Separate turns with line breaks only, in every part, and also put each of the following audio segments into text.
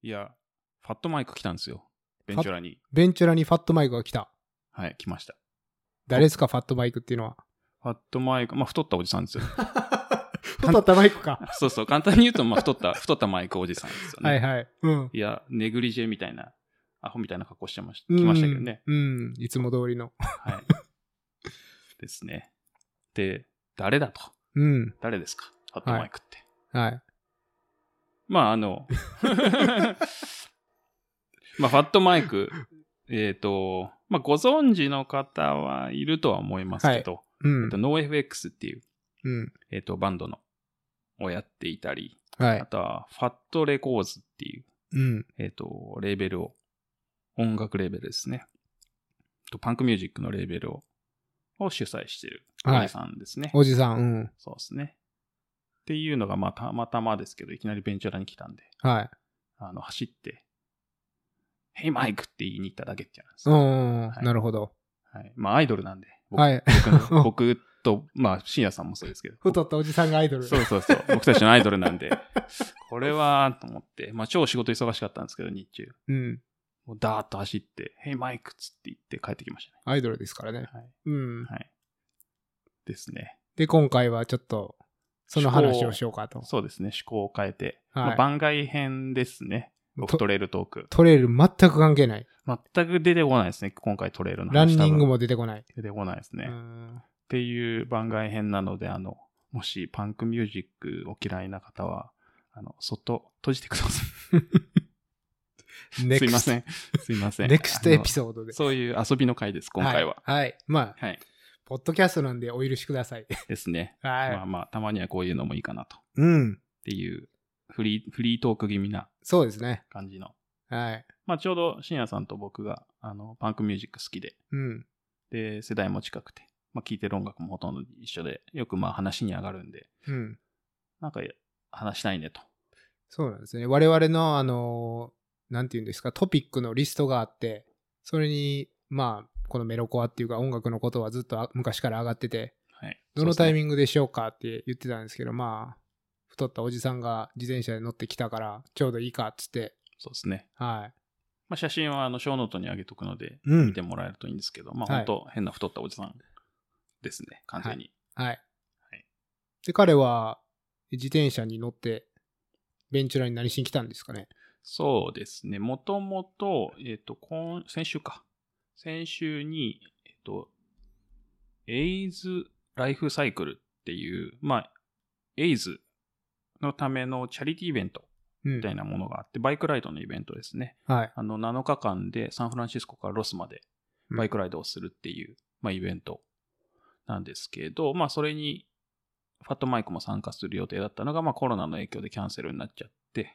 いや、ファットマイク来たんですよ。ベンチュラに。
ベンチュラにファットマイクが来た。
はい、来ました。
誰ですか、ファットマイクっていうのは。
ファットマイク、まあ太ったおじさんですよ。
太ったマイクか。
そうそう、簡単に言うと、まあ太ったマイクおじさんですよね。
はいはい。うん。
いや、ネグリジェみたいな、アホみたいな格好して来ましたけどね。
うん、いつも通りの。
はい。ですね。で、誰だと。
うん。
誰ですか、ファットマイクって。
はい。
まあまあファットマイク、まあご存知の方はいるとは思いますけど、NoFX っていう、バンドのをやっていたり、
はい、
あとはファットレコーズっていう、レーベルを、音楽レーベルですね。パンクミュージックのレーベルを主催しているおじさんですね。
はい、おじさん、うん。
そうですね。っていうのがまあたまたまですけど、いきなりベンチュラに来たんで、
はい。
走って、ヘイマイクって言いに行っただけってやつです。
はい、なるほど。
はい。まあアイドルなんで、
はい、
僕と、まあ深夜さんもそうですけど。
太ったおじさんがアイドル。
そう。僕たちのアイドルなんで、これは、と思って、まあ超仕事忙しかったんですけど、日中。
うん。
もうダーッと走って、ヘイマイクっつって言って帰ってきましたね。
アイドルですからね。
はい。
うん。
はい。ですね。
で、今回はちょっと、その話をしようかと。
そうですね。趣向を変えて。
はい。
まあ、番外編ですね。僕トレイルトーク。
トレイル全く関係ない。
全く出てこないですね。今回トレイルの話。
ランニングも出てこない。
出てこないですね。っていう番外編なので、もしパンクミュージックお嫌いな方は、そっと閉じてください。すいません。すいません。
ネクストエピソードで。
そういう遊びの回です、今回は。
はい。まあ、
はい。
ポッドキャストなんでお許しください。
ですね。
はい。
まあまあ、たまにはこういうのもいいかなと。っていうフリートーク気味な。
そうですね。
感じの。
はい。
まあちょうど深夜さんと僕が、パンクミュージック好きで。で、世代も近くて。まあ聴いてる音楽もほとんど一緒で、よくまあ話に上がるんで。なんか話したいねと。
そうなんですね。我々のなんていうんですか、トピックのリストがあって、それに、まあ、このメロコアっていうか音楽のことはずっと昔から上がってて、
はい、
どのタイミングでしようかって言ってたんですけど、まあ、太ったおじさんが自転車で乗ってきたから、ちょうどいいかっつって。
そうですね。
はい。
まあ写真はショーノートに上げとくので、見てもらえるといいんですけど、まあ本当変な太ったおじさんですね、完全に。
はい。で、彼は自転車に乗って、ベンチュラに何しに来たんですかね。
そうですね。もともと、先週か。先週に、エイズライフサイクルっていう、まあ、エイズのためのチャリティーイベントみたいなものがあって、バイクライドのイベントですね。
はい。
7日間でサンフランシスコからロスまでバイクライドをするっていう、まあ、イベントなんですけど、まあ、それに、ファットマイクも参加する予定だったのが、まあ、コロナの影響でキャンセルになっちゃって、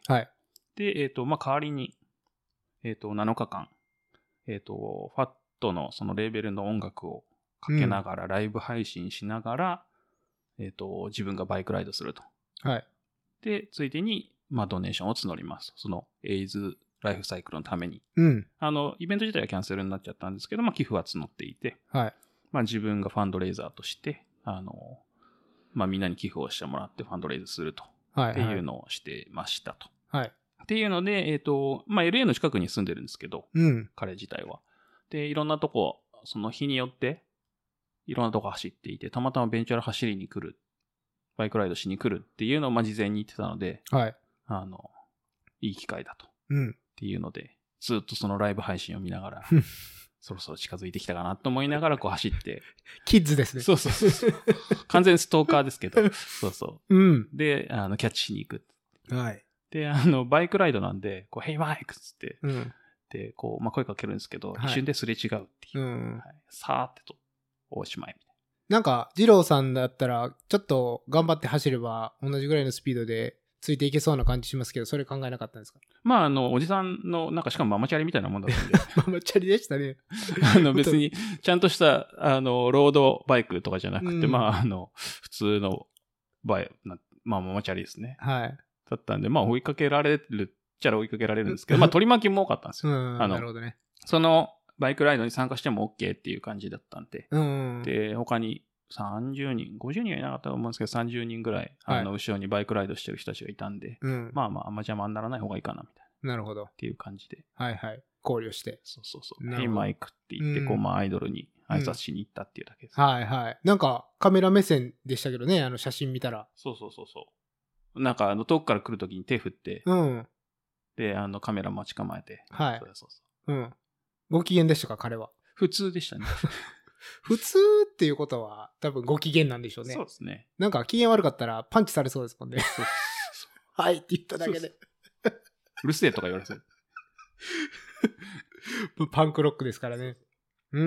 はい。
で、まあ、代わりに、7日間、ファットのそのレーベルの音楽をかけながら、ライブ配信しながら、自分がバイクライドすると。
はい。
で、ついでに、まあ、ドネーションを募ります。その、エイズライフサイクルのために。イベント自体はキャンセルになっちゃったんですけど、まあ、寄付は募っていて、
はい。
まあ、自分がファンドレイザーとして、まあ、みんなに寄付をしてもらってファンドレイズすると。はい。っていうのをしてましたと。
はい。
っていうので、まあ、LA の近くに住んでるんですけど、彼自体は。で、いろんなとこ、その日によって、いろんなとこ走っていて、たまたまベンチュラ走りに来る、バイクライドしに来るっていうのを、まあ、事前に言ってたので、
はい。
いい機会だと。っていうので、ずっとそのライブ配信を見ながら、そろそろ近づいてきたかなと思いながらこう走って。
キッズですね。
そう。完全ストーカーですけど。そう。で、キャッチしに行く。
はい。
で、バイクライドなんで、こう、ヘイマイクっつって、で、こう、まあ、声かけるんですけど、一瞬ですれ違うっていう。さーってと、おしまいみたい
な。なんか、二郎さんだったら、ちょっと頑張って走れば、同じぐらいのスピードで、ついていけそうな感じしますけど、それ考えなかったんですか？
まあ、おじさんの、なんかしかもママチャリみたいなもんだったんで。
ママチャリでしたね。
別に、ちゃんとした、ロードバイクとかじゃなくて、まあ、普通のまあ、ママチャリですね。
はい。
だったんで、まあ、追いかけられるっちゃ追いかけられるんですけど、まあ、取り巻きも多かったんですよ。
なるほどね。
その、バイクライドに参加しても OK っていう感じだったんで。で、他に30人、50人はいなかったと思うんですけど、30人ぐらい、後ろにバイクライドしてる人たちがいたんで、まあまあ、あんま邪魔にならない方がいいかな、みたいな
なるほど。
っていう感じで。
はいはい。考慮して。
そうそうそう。ヘイマイクって言って、こう、まあ、アイドルに挨拶しに行ったっていうだけです。
はいはい。なんか、カメラ目線でしたけどね、写真見たら。
そうそうそうそう。なんか、遠くから来るときに手振って、
うん。
で、カメラ待ち構えて。
はい。
そうそうそう。
うん。ご機嫌でしたか、彼は。
普通でしたね。
普通っていうことは、多分ご機嫌なんでしょうね。
そうですね。
なんか、機嫌悪かったらパンチされそうですもんね。そうはいって言っただけで。
うるせえとか言われそう。
パンクロックですからね。うん。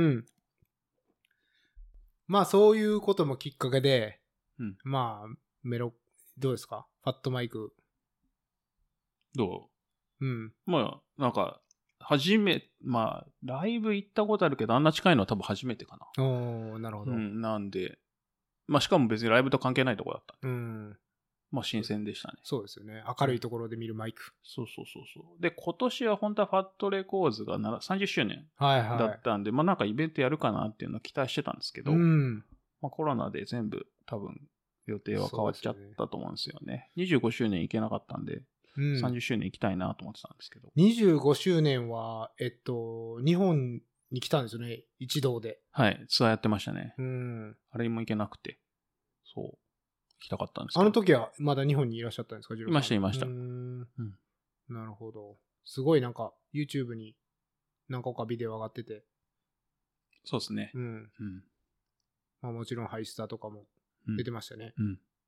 まあそういうこともきっかけで、
うん、
まあどうですかファットマイク。
ど
う？うん。
まあ、なんか、まあ、ライブ行ったことあるけど、あんな近いのは多分初めてかな。
おー、なるほど。
なんで、まあしかも別にライブと関係ないとこだった。
うん。
まあ新鮮でしたね。
そうですよね。明るいところで見るマイク。
そうそうそうそう。で、今年は本当はファットレコーズが30周年だったんで、まあなんかイベントやるかなっていうのを期待してたんですけど、まあコロナで全部多分予定は変わっちゃったと思うんですよね。25周年行けなかったんで、30周年行きたいなと思ってたんですけど。
25周年は、日本に来たんですよね。一堂で。
はい、ツアーやってましたね。あれも行けなくて、そう、行きたかったんですけど。
あの時はまだ日本にいらっしゃったんですか、ジローさん。
いました、いました。
なるほど。すごいなんか、YouTube に何個かビデオ上がってて。
そうですね。
まあもちろんハイスターとかも出てましたね。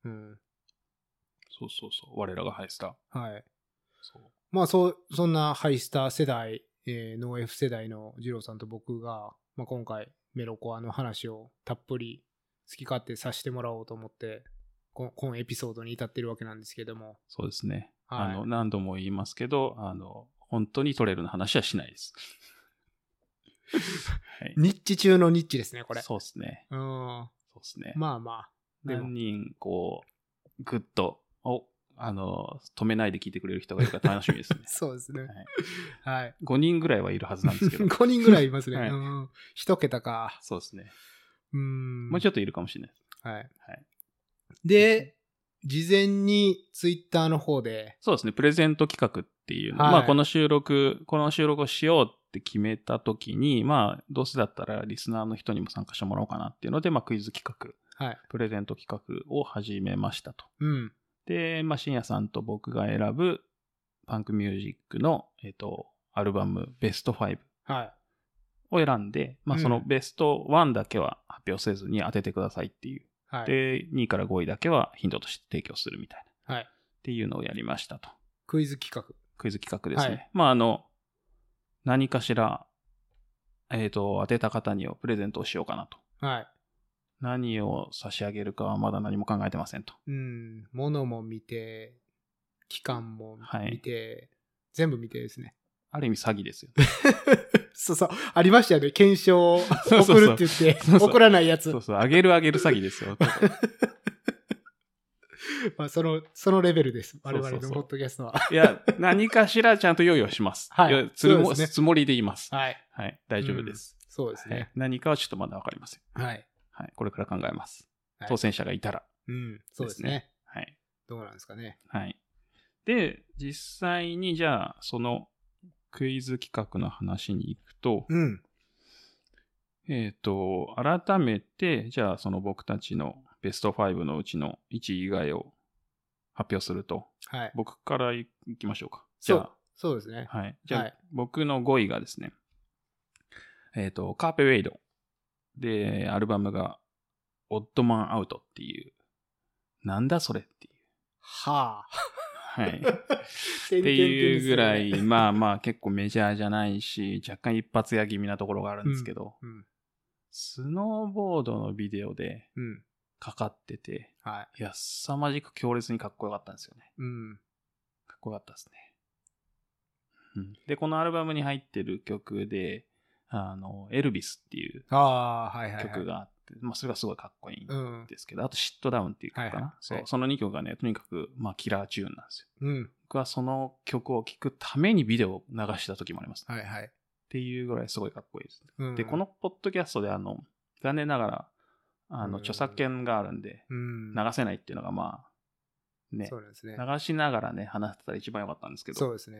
そうそうそう。我らがハイスター。
はい。まあそんなハイスター世代、ノー F 世代のジローさんと僕が、まあ、今回メロコアの話をたっぷり好き勝手させてもらおうと思って、このエピソードに至ってるわけなんですけども。
そうですね。
はい、
何度も言いますけど、本当にトレイルの話はしないです。
はい、ニッチ中のニッチですね、これ。
そうですね。そうですね。
まあまあ。
何人、こう、ぐっと、止めないで聞いてくれる人がいるから楽しみですね。
そうですね。はい。
5人ぐらいはいるはずなんですけど。
5人ぐらいいますね。1桁か。
そうですね。もうちょっといるかもしれないです。
はい。で、事前にツイッターの方で。
そうですね。プレゼント企画っていうの。まあ、この収録をしようって決めたときに、まあ、どうせだったらリスナーの人にも参加してもらおうかなっていうので、まあ、クイズ企画、プレゼント企画を始めましたと。で、まあ、深夜さんと僕が選ぶパンクミュージックの、アルバムベスト5を選んで、まあ、そのベスト1だけは発表せずに当ててくださいっていう。で、2位から5位だけはヒントとして提供するみたいな。っていうのをやりましたと。
クイズ企画。
クイズ企画ですね。まあ、何かしら、当てた方にはプレゼントをしようかなと。何を差し上げるかはまだ何も考えてませんと。
物も見て、期間も見て、全部見てですね。
ある意味詐欺ですよ。
そうそう。ありましたよね。検証送るって言って、送らないやつ。
そうそう。あげる詐欺ですよ。
まあそのレベルです。我々のポッドキャストは。
いや、何かしらちゃんと用意をします。つもりで言います。はい。大丈夫です。
そうですね。
何かはちょっとまだわかりません。これから考えます。当選者がいたら。
そうですね。どうなんですかね。
で、実際にじゃあ、そのクイズ企画の話に行くと、改めて、じゃあその僕たちのベスト5のうちの1位以外を発表すると、僕からいきましょうか。じゃあ、
そうですね。
じゃあ、僕の5位がですね、カーペウェイド。で、アルバムが、オッドマンアウトっていう、なんだそれっていう。っていうぐらい、まあまあ結構メジャーじゃないし、若干一発屋気味なところがあるんですけど、スノーボードのビデオでかかってて、いや、凄まじく強烈にかっこよかったんですよね。かっこよかったですね。で、このアルバムに入ってる曲で、エルビスっていう曲があって、まあそれがすごいかっこいいんですけど、あとシットダウンっていう曲かな。その2曲がね、とにかくまあキラーチューンなんですよ。僕はその曲を聴くためにビデオを流した時もあります。っていうぐらいすごいかっこいいです。で、このポッドキャストで残念ながら、著作権があるんで、流せないっていうのがまあ、ね、流しながらね、話してたら一番良かったんですけど、
そうですね。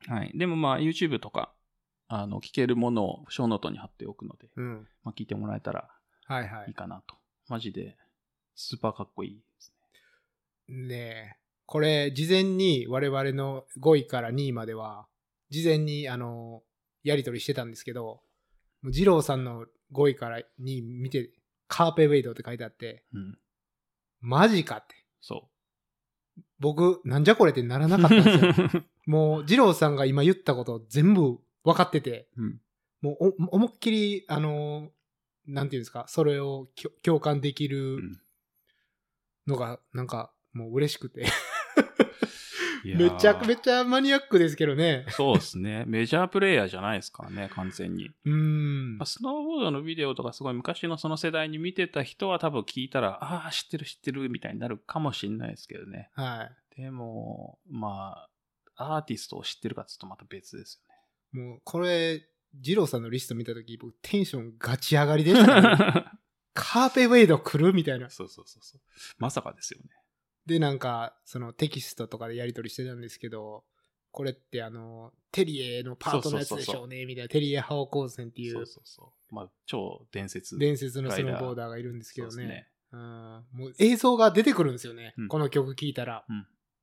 はい。でもまあ YouTube とか、聞けるものをショーノートに貼っておくので、まあ聞いてもらえたらいいかなと。マジで、スーパーかっこいいです
ね。ねえ。これ、事前に我々の5位から2位までは、事前にやり取りしてたんですけど、二郎さんの5位から2位見て、カーペウェイドって書いてあって、マジかって。
そう。
僕、なんじゃこれってならなかったんですよ。もう、二郎さんが今言ったこと全部分かってて、もう思いっきり、なんていうんですか、それを共感できるのが、なんか、もう嬉しくて。めちゃくちゃマニアックですけどね。
そうですね。メジャープレイヤーじゃないですからね、完全に。スノーボードのビデオとかすごい昔のその世代に見てた人は多分聞いたら、ああ、知ってるみたいになるかもしれないですけどね。
はい。
でも、まあ、アーティストを知ってるかって言うとまた別です
よね。もう、これ、二郎さんのリスト見たとき、僕テンションガチ上がりでしたね。カーペウェイド来るみたいな。
そう。まさかですよね。
で、なんか、そのテキストとかでやり取りしてたんですけど、これってテリエのパートのやつでしょうね、みたいな。テリエハオコーセンっていう。
まあ、超伝説
のスノーボーダーがいるんですけどね。もう映像が出てくるんですよね。この曲聴いたら。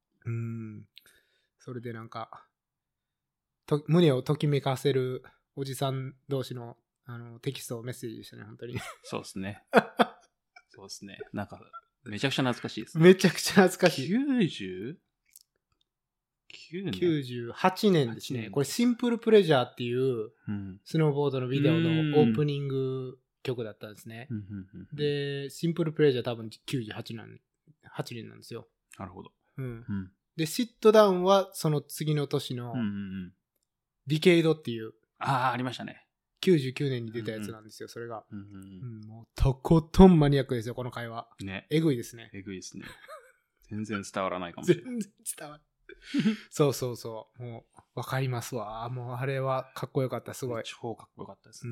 それでなんか、胸をときめかせるおじさん同士のテキストメッセージでしたね、本当に。
そうですね。なんか、めちゃくちゃ懐かしいです
ね。めちゃくちゃ懐かしい。98年ですね。これシンプルプレジャーっていうスノーボードのビデオのオープニング曲だったんですね。で、シンプルプレジャー多分98年なんですよ。
なるほど。
で、シットダウンはその次の年のディケイドっていう。
ありましたね。
99年に出たやつなんですよ、それが。もうとことんマニアックですよ、この会話。
ね。
えぐいですね。
全然伝わらないかもしれない。
全然伝わらない。そう。もう、わかりますわ。もう、あれはかっこよかった、すごい。
超かっこよかったですね。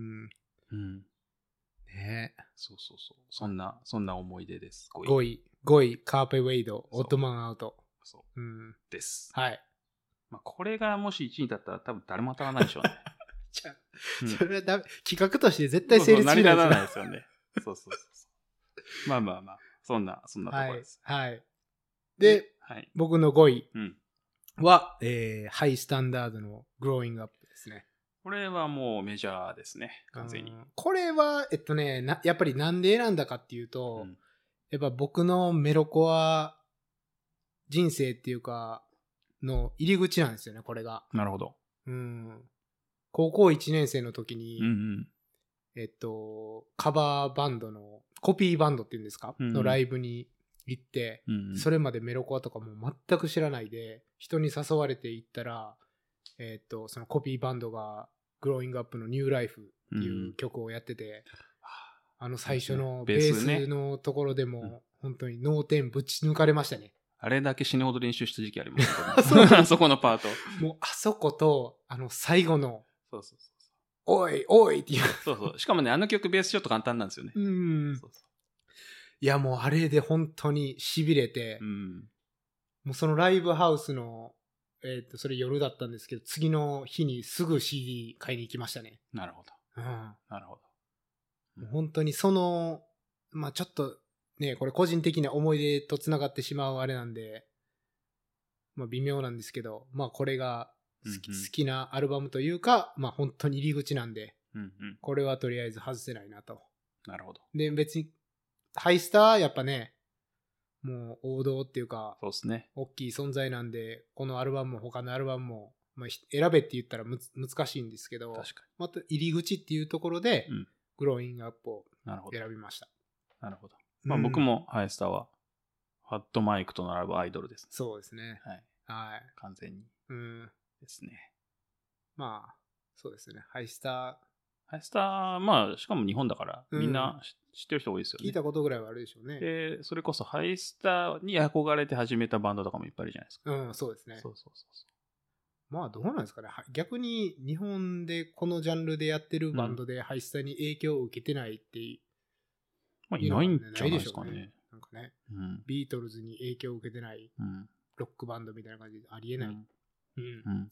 ね。
そう。そんな思い出です。
5位、カーペウェイド、オットマンアウト。
そう。です。
はい。
まあ、これがもし1位だったら多分誰も当たらないでしょうね。
じゃあ、それは企画として絶対成立し
ないですよね。そう。まあ、そんなところです。
はい。で、僕の5位は、ハイスタンダードのグローイングアップですね。
これはもうメジャーですね、完全に。
これは、やっぱりなんで選んだかっていうと、やっぱ僕のメロコア人生っていうか、の入り口なんですよね、これが。
なるほど。
高校1年生の時に、カバーバンドの、コピーバンドっていうんですか、のライブに行って、それまでメロコアとかも全く知らないで、人に誘われて行ったら、そのコピーバンドが、グローイングアップのニューライフっていう曲をやってて、最初のベースのところでも、本当に脳天ぶち抜かれましたね。
あれだけ死ぬほど練習した時期ありますね。あそこのパート。
もうあそこと、最後の、
そう。
おいっていう。
そう。しかもね、あの曲ベースちょっと簡単なんですよね。
いや、もうあれで本当に痺れて、もうそのライブハウスの、それ夜だったんですけど、次の日にすぐ CD 買いに行きましたね。
なるほど。なるほ
ど。本当にちょっとね、これ個人的な思い出と繋がってしまうあれなんで、微妙なんですけど、これが好きなアルバムというか、本当に入り口なんで、これはとりあえず外せないなと。
なるほど。
で、別に、ハイスターやっぱね、もう王道っていうか、
そうですね。
大きい存在なんで、このアルバムも他のアルバムも、選べって言ったら難しいんですけど、
確かに。
また入り口っていうところで、グローイングアップを選びました。
なるほど。僕もハイスターは、ファットマイクと並ぶアイドルです。
そうですね。
はい。完全に。ですね。
そうですね。ハイスタ
ー、しかも日本だから、みんな知ってる人多いですよね。
聞いたことぐらいはあるでしょうね。
で、それこそハイスターに憧れて始めたバンドとかもいっぱいあるじゃないですか。
そうですね。
そう。
どうなんですかね。逆に日本でこのジャンルでやってるバンドでハイスターに影響を受けてないっていう。
いないんじゃないですかね。
なんかね、ビートルズに影響を受けてないロックバンドみたいな感じでありえない。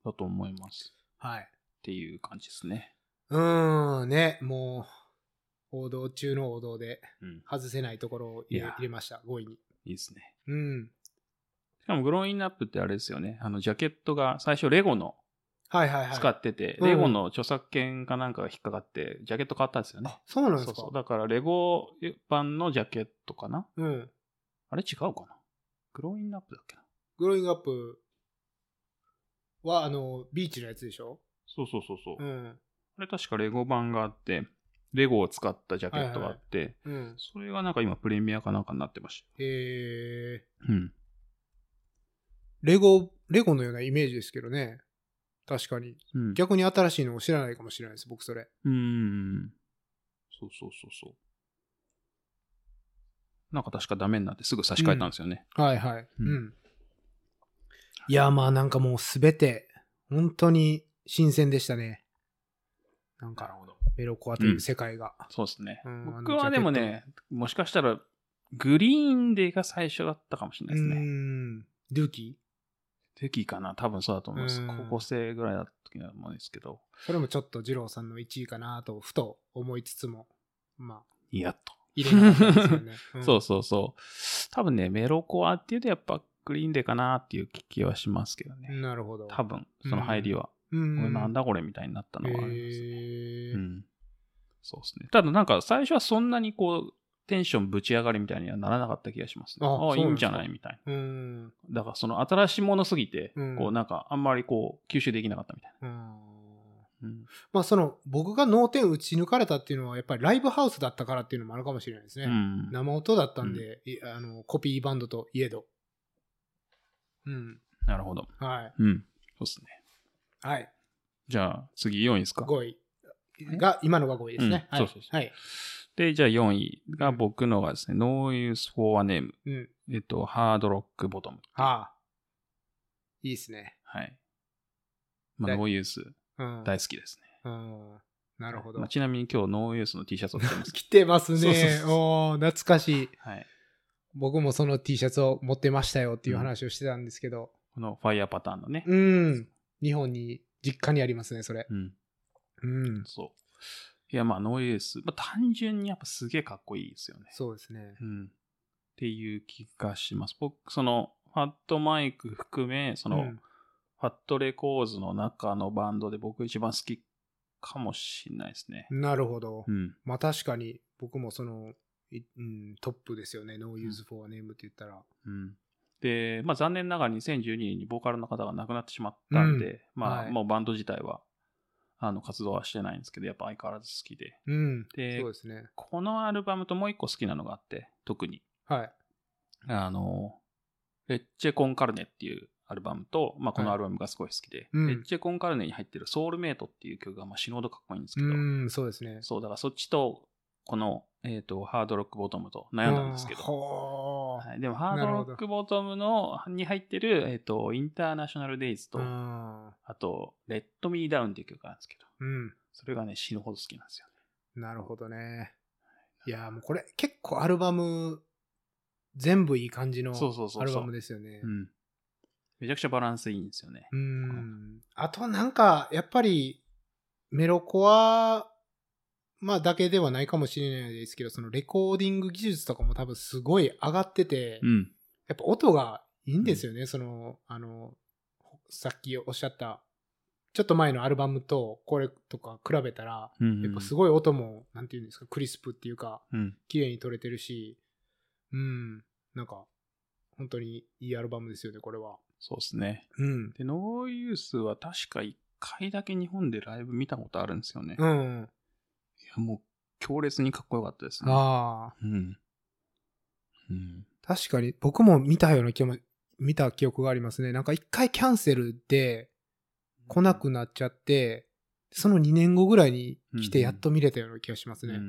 だと思います。
はい。
っていう感じですね。
ね、もう、王道中の王道で、外せないところを入れました、5位に。
いいですね。
し
かも、グローインナップってあれですよね。ジャケットが最初レゴの使ってて、レゴの著作権かなんかが引っかかって、ジャケット変わったんですよね。
そうなんですか。
そう。だからレゴ版のジャケットかな。あれ違うかな。グローインナップだっけな。
グローイングアップは、ビーチのやつでしょ。
そう。あれ確かレゴ版があって、レゴを使ったジャケットがあって、それがなんか今プレミアかなんかになってました。
レゴのようなイメージですけどね。確かに。逆に新しいのを知らないかもしれないです、僕それ。
そう。なんか確かダメになってすぐ差し替えたんですよね。
いや、まあなんかもうすべて、本当に新鮮でしたね。なんか、メロコアという世界が。
そうですね。僕はでもね、もしかしたら、グリーンデーが最初だったかもしれないですね。
ドゥーキ
ーかな、多分そうだと思います。高校生ぐらいだった時のものですけど。
それもちょっと二郎さんの1位かなと、ふと思いつつも、まあ。
やっと。
入れなかったですよね。
そう。多分ね、メロコアっていうとやっぱグリーンデーかなっていう気はしますけどね。
なるほど。
多分、その入りは。なんだこれみたいになったのはありますね。そうですね。ただなんか最初はそんなにこう、テンションぶち上がりみたいにはならなかった気がしますね。いいんじゃないみたいな。だからその新しいものすぎて、こうなんかあんまりこう吸収できなかったみたいな。
まあその僕が脳天打ち抜かれたっていうのはやっぱりライブハウスだったからっていうのもあるかもしれないですね。生音だったんで、コピーバンドといえど。
なるほど。
はい。
そうですね。
はい。
じゃあ次4位ですか。
5位が、今のが5位ですね。
そう。はい。で、じゃあ4位が僕のがですね、No Use for a Name。ハードロックボトム。
いいですね。
はい。まあ、ノーユース大好きですね。
なるほど。
ちなみに今日ノーユースの T シャツを着てます。
着てますね。懐かしい。
はい。
僕もその T シャツを持ってましたよっていう話をしてたんですけど。
このファイヤーパターンのね。
日本に、実家にありますね、それ。
そう。いや、まあ、ノーユース。単純にやっぱすげえかっこいいですよね。
そうですね。
っていう気がします。僕、その、ファットマイク含め、その、ファットレコーズの中のバンドで僕一番好きかもしれないですね。
なるほど。まあ確かに僕もその、トップですよね。No Use for a Name って言ったら。
で、まあ残念ながら2012年にボーカルの方が亡くなってしまったんで、まあもうバンド自体は活動はしてないんですけど、やっぱ相変わらず好きで。で、
そうですね。
このアルバムともう一個好きなのがあって、特に。レッチェ・コン・カルネっていうアルバムと、まあ、このアルバムがすごい好きで、レッチェ・コン・カルネに入ってるソウルメイトっていう曲がまあ死ぬほどかっこいいんですけど、
そうですね。
そう、だからそっちと、この、ハードロックボトムと悩んだんですけど、でもハードロックボトムに入ってる、インターナショナルデイズと、あと、レッド・ミー・ダウンっていう曲があるんですけど、それがね、死ぬほど好きなんですよ
ね。なるほどね。いや、もうこれ結構アルバム、全部いい感じのアルバムですよね。
めちゃくちゃバランスいいんですよね。
あとなんか、やっぱり、メロコア、まあだけではないかもしれないですけど、そのレコーディング技術とかも多分すごい上がってて、やっぱ音がいいんですよね。その、さっきおっしゃった、ちょっと前のアルバムとこれとか比べたら、やっぱすごい音も、なんていうんですか、クリスプっていうか、綺麗に撮れてるし、なんか、本当にいいアルバムですよね、これは。
そうですね。で、ノーユースは確か1回だけ日本でライブ見たことあるんですよね。いや、もう強烈にかっこよかったですね。
確かに、僕も見た記憶がありますね。なんか1回キャンセルで来なくなっちゃって、その2年後ぐらいに来てやっと見れたような気がしますね。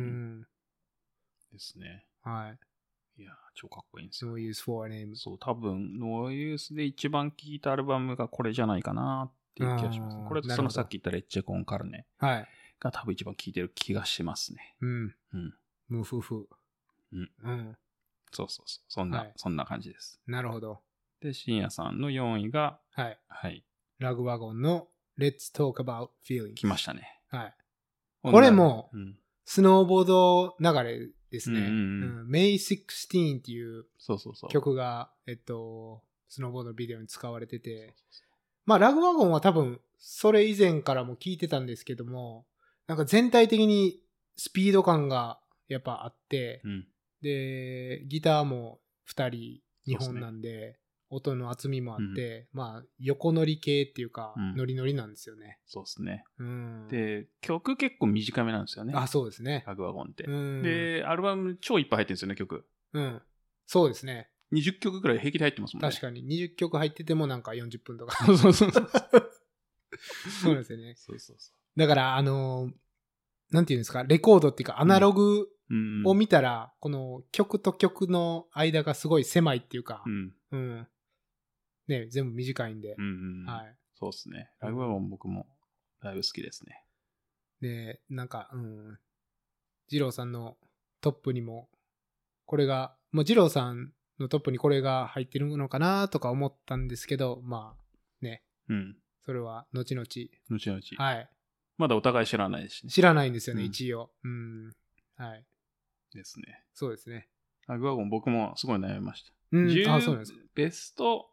ですね。
はい。
いや、超かっこいいんですよ。
No Use for a Name。
そう、多分、No Use で一番聴いたアルバムがこれじゃないかなっていう気がします。これとそのさっき言ったレッチェコンカルネが多分一番聴いてる気がしますね。
ムフフ。
そう。そんな感じです。
なるほど。
で、深夜さんの4位が、
はい。 ラグワゴンの Let's Talk About Feelings。
来ましたね。
はい。これも、
うん
スノーボード流れですね。
うん
May 16っていう
そうそうそう
曲が、スノーボードのビデオに使われてて、まあ、ラグワゴンは多分、それ以前からも聞いてたんですけども、なんか全体的にスピード感がやっぱあって、
うん、
で、ギターも2人、2本なんで、音の厚みもあって、まあ、横乗り系っていうか、ノリノリなんですよね。
そうですね。
うん。
で、曲結構短めなんですよね。
あ、そうですね。
ラグワゴンって。
うん。
で、アルバム超いっぱい入ってるんですよね、曲。
うん。そうですね。
20曲くらい平気で入ってますもんね。
確かに。20曲入っててもなんか40分とか。
そうそうそう。
そうですよね。
そうそうそう。
だから、なんていうんですか、レコードっていうかアナログを見たら、この曲と曲の間がすごい狭いっていうか、うん。ね、全部短いんで。はい。
そうですね。ラグワゴン僕もだいぶ好きですね。
で、なんか、二郎さんのトップにも、これが、もう二郎さんのトップにこれが入ってるのかなとか思ったんですけど、まあ、ね。それは、後々。
後々。
はい。
まだお互い知らないしね。
知らないんですよね、一応。はい。
ですね。
そうですね。
ラグワゴン僕もすごい悩みました。
そうなんですか。
ベスト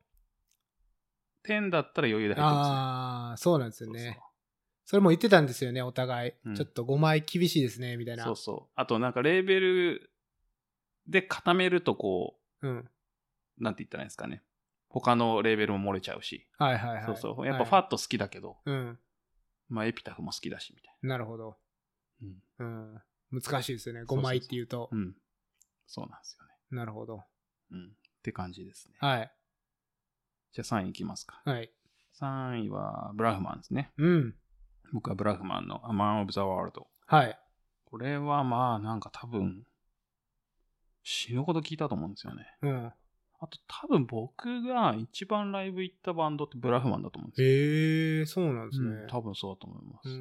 10だったら余裕で入ってます
ね。そうなんですよね。それも言ってたんですよね、お互い。ちょっと5枚厳しいですね、みたいな。
そうそう。あとなんかレーベルで固めるとこう、なんて言ったらいいんですかね。他のレーベルも漏れちゃうし。
はいはいはい。
そうそう。やっぱファット好きだけど、まあエピタフも好きだし、みたい
な。なるほど。難しいですよね、5枚っていうと。
そうなんですよね。
なるほど。
って感じですね。
はい。
じゃあ3位いきますか。
はい。
3位はブラフマンですね。僕はブラフマンの A Man of the World。
はい。
これはまあなんか多分死ぬほど聞いたと思うんですよね。あと多分僕が一番ライブ行ったバンドってブラフマンだと思うんですよ。
へえ、そうなんですね。
多分そうだと思います。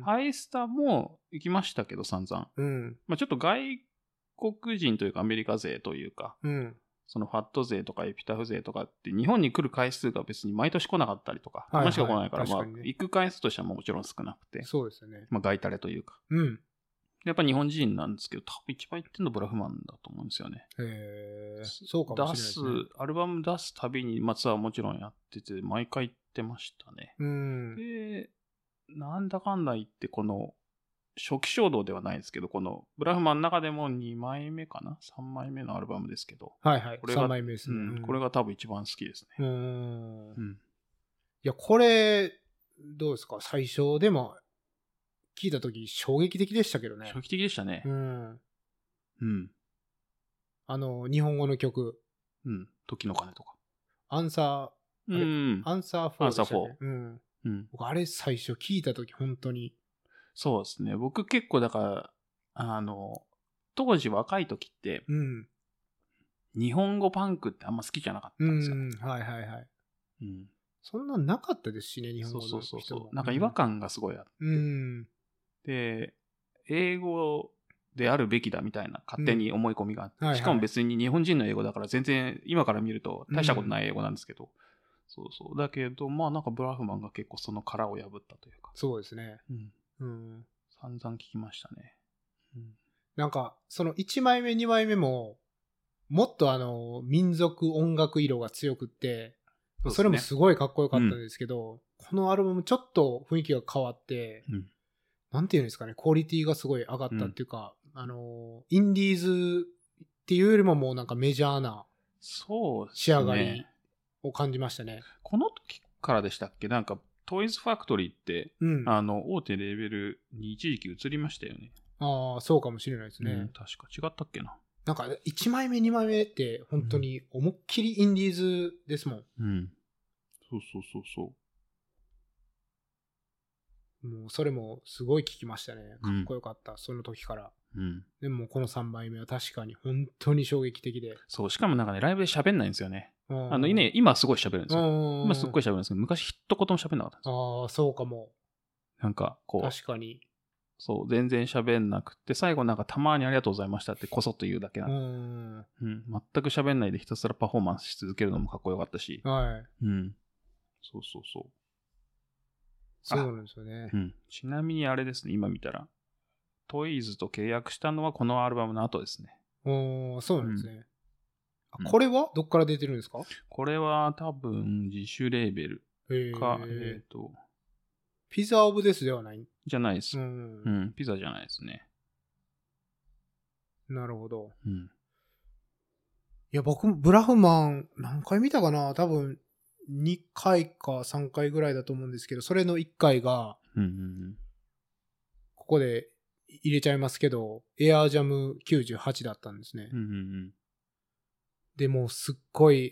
ハイスタも行きましたけど散々。まあちょっと外国人というかアメリカ勢というか、そのファット勢とかエピタフ勢とかって日本に来る回数が別に毎年来なかったりとか、たましか来ないから、まあ行く回数としてはもちろん少なくて、
そうですよね。
まあ外タレというか。やっぱ日本人なんですけど、多分一番行ってんのブラフマンだと思うんですよね。
そうかもしれないですね。
アルバム出すたびに、ツアーもちろんやってて、毎回行ってましたね。で、なんだかんだ言って、この、初期衝動ではないですけど、この、ブラフマンの中でも2枚目かな ?3 枚目のアルバムですけど。
はいはい。
これが
3枚目ですね。
これが多分一番好きですね。
いや、これ、どうですか最初でも、聞いたとき衝撃的でしたけどね。
衝撃的でしたね。
日本語の曲。
時の鐘とか。
アンサー4でしたね。
アンサー4。
僕、あれ最初聞いたとき本当に。
そうですね。僕結構だから、当時若い時って、日本語パンクってあんま好きじゃなかったんですよね。
はいはいはい。そんななかったですしね、日本語の人も。
そうなんか違和感がすごいあって。で、英語であるべきだみたいな勝手に思い込みがあって、しかも別に日本人の英語だから全然今から見ると大したことない英語なんですけど、だけど、まあなんかブラフマンが結構その殻を破ったというか。
そうですね。
散々聞きましたね。
なんか、その1枚目、2枚目も、もっと民族音楽色が強くって、それもすごいかっこよかったんですけど、このアルバムちょっと雰囲気が変わって、なんていうんですかね、クオリティがすごい上がったっていうか、インディーズっていうよりももうなんかメジャーな仕上がりを感じましたね。
この時からでしたっけなんか、トイズファクトリーって、大手レーベルに一時期移りましたよね。
ああ、そうかもしれないですね。
確か違ったっけな。
なんか1枚目、2枚目って本当に思いっきりインディーズですもん。
そう。
もうそれもすごい聞きましたね。かっこよかった、その時から。でもこの3枚目は確かに本当に衝撃的で。
そう、しかもなんかね、ライブで喋んないんですよね。今すごい喋るんですよ。今すっごい喋るんですけど、昔一言も喋んなかったんですよ。
ああ、そうかも。
なんかこう。
確かに。
そう、全然喋んなくて、最後なんかたまにありがとうございましたってこそっと言うだけなんで。全く喋んないでひたすらパフォーマンスし続けるのもかっこよかったし。
はい。
そう。
そうなんですよね。
うん。ちなみにあれですね、今見たら、トイズと契約したのはこのアルバムの後ですね。
そうなんですね。
うん、
これはどっから出てるんですか？
これは多分自主レーベルか、
ピザオブデスではない？
じゃないです。ピザじゃないですね。
なるほど。
うん。
いや、僕、ブラフマン何回見たかな？多分2回か3回ぐらいだと思うんですけど、それの1回が、ここで入れちゃいますけど、エアージャム98だったんですね。でもすっごい、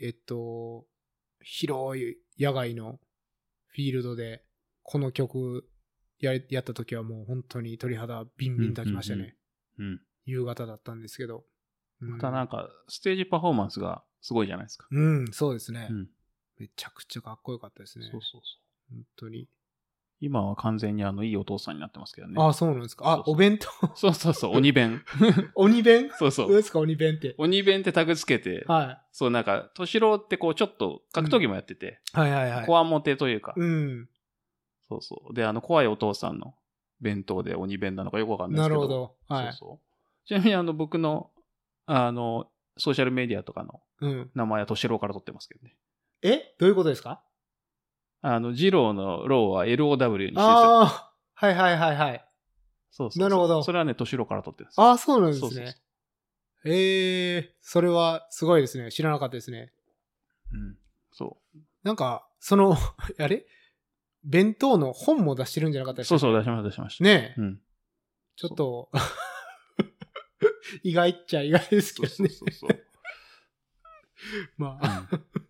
広い野外のフィールドで、この曲やった時はもう本当に鳥肌ビンビン立ちましたね。夕方だったんですけど。
またなんか、ステージパフォーマンスがすごいじゃないですか。
そうですね。めちゃくちゃかっこよかったですね。
そうそうそう。
本当に。
今は完全にいいお父さんになってますけどね。
あ、そうなんですか。お弁当。
そうそうそう、鬼弁。
鬼弁？
そうそう。
どうですか、鬼弁って。
鬼弁ってタグつけて、
はい。
そうなんか、敏郎ってこうちょっと格闘技もやってて、
はいはいはい。
こわもてというか、そうそう。で、怖いお父さんの弁当で鬼弁なのかよくわかんないですけど。
なるほど。はい。
そうそう。ちなみに僕の、ソーシャルメディアとかの名前は敏郎から取ってますけどね。
どういうことですか？
二郎のローは LOW にしてる。
ああ、はいはいはいはい。
そうそう。
なるほど。
それはね、敏郎から取ってるんです。
ああ、そうなんですね。それはすごいですね。知らなかったですね。
そう。
なんか、あれ弁当の本も出してるんじゃなかったですか？
そうそう、出しました。
ねえ。ちょっと、意外っちゃ意外ですけどね。そう。まあ。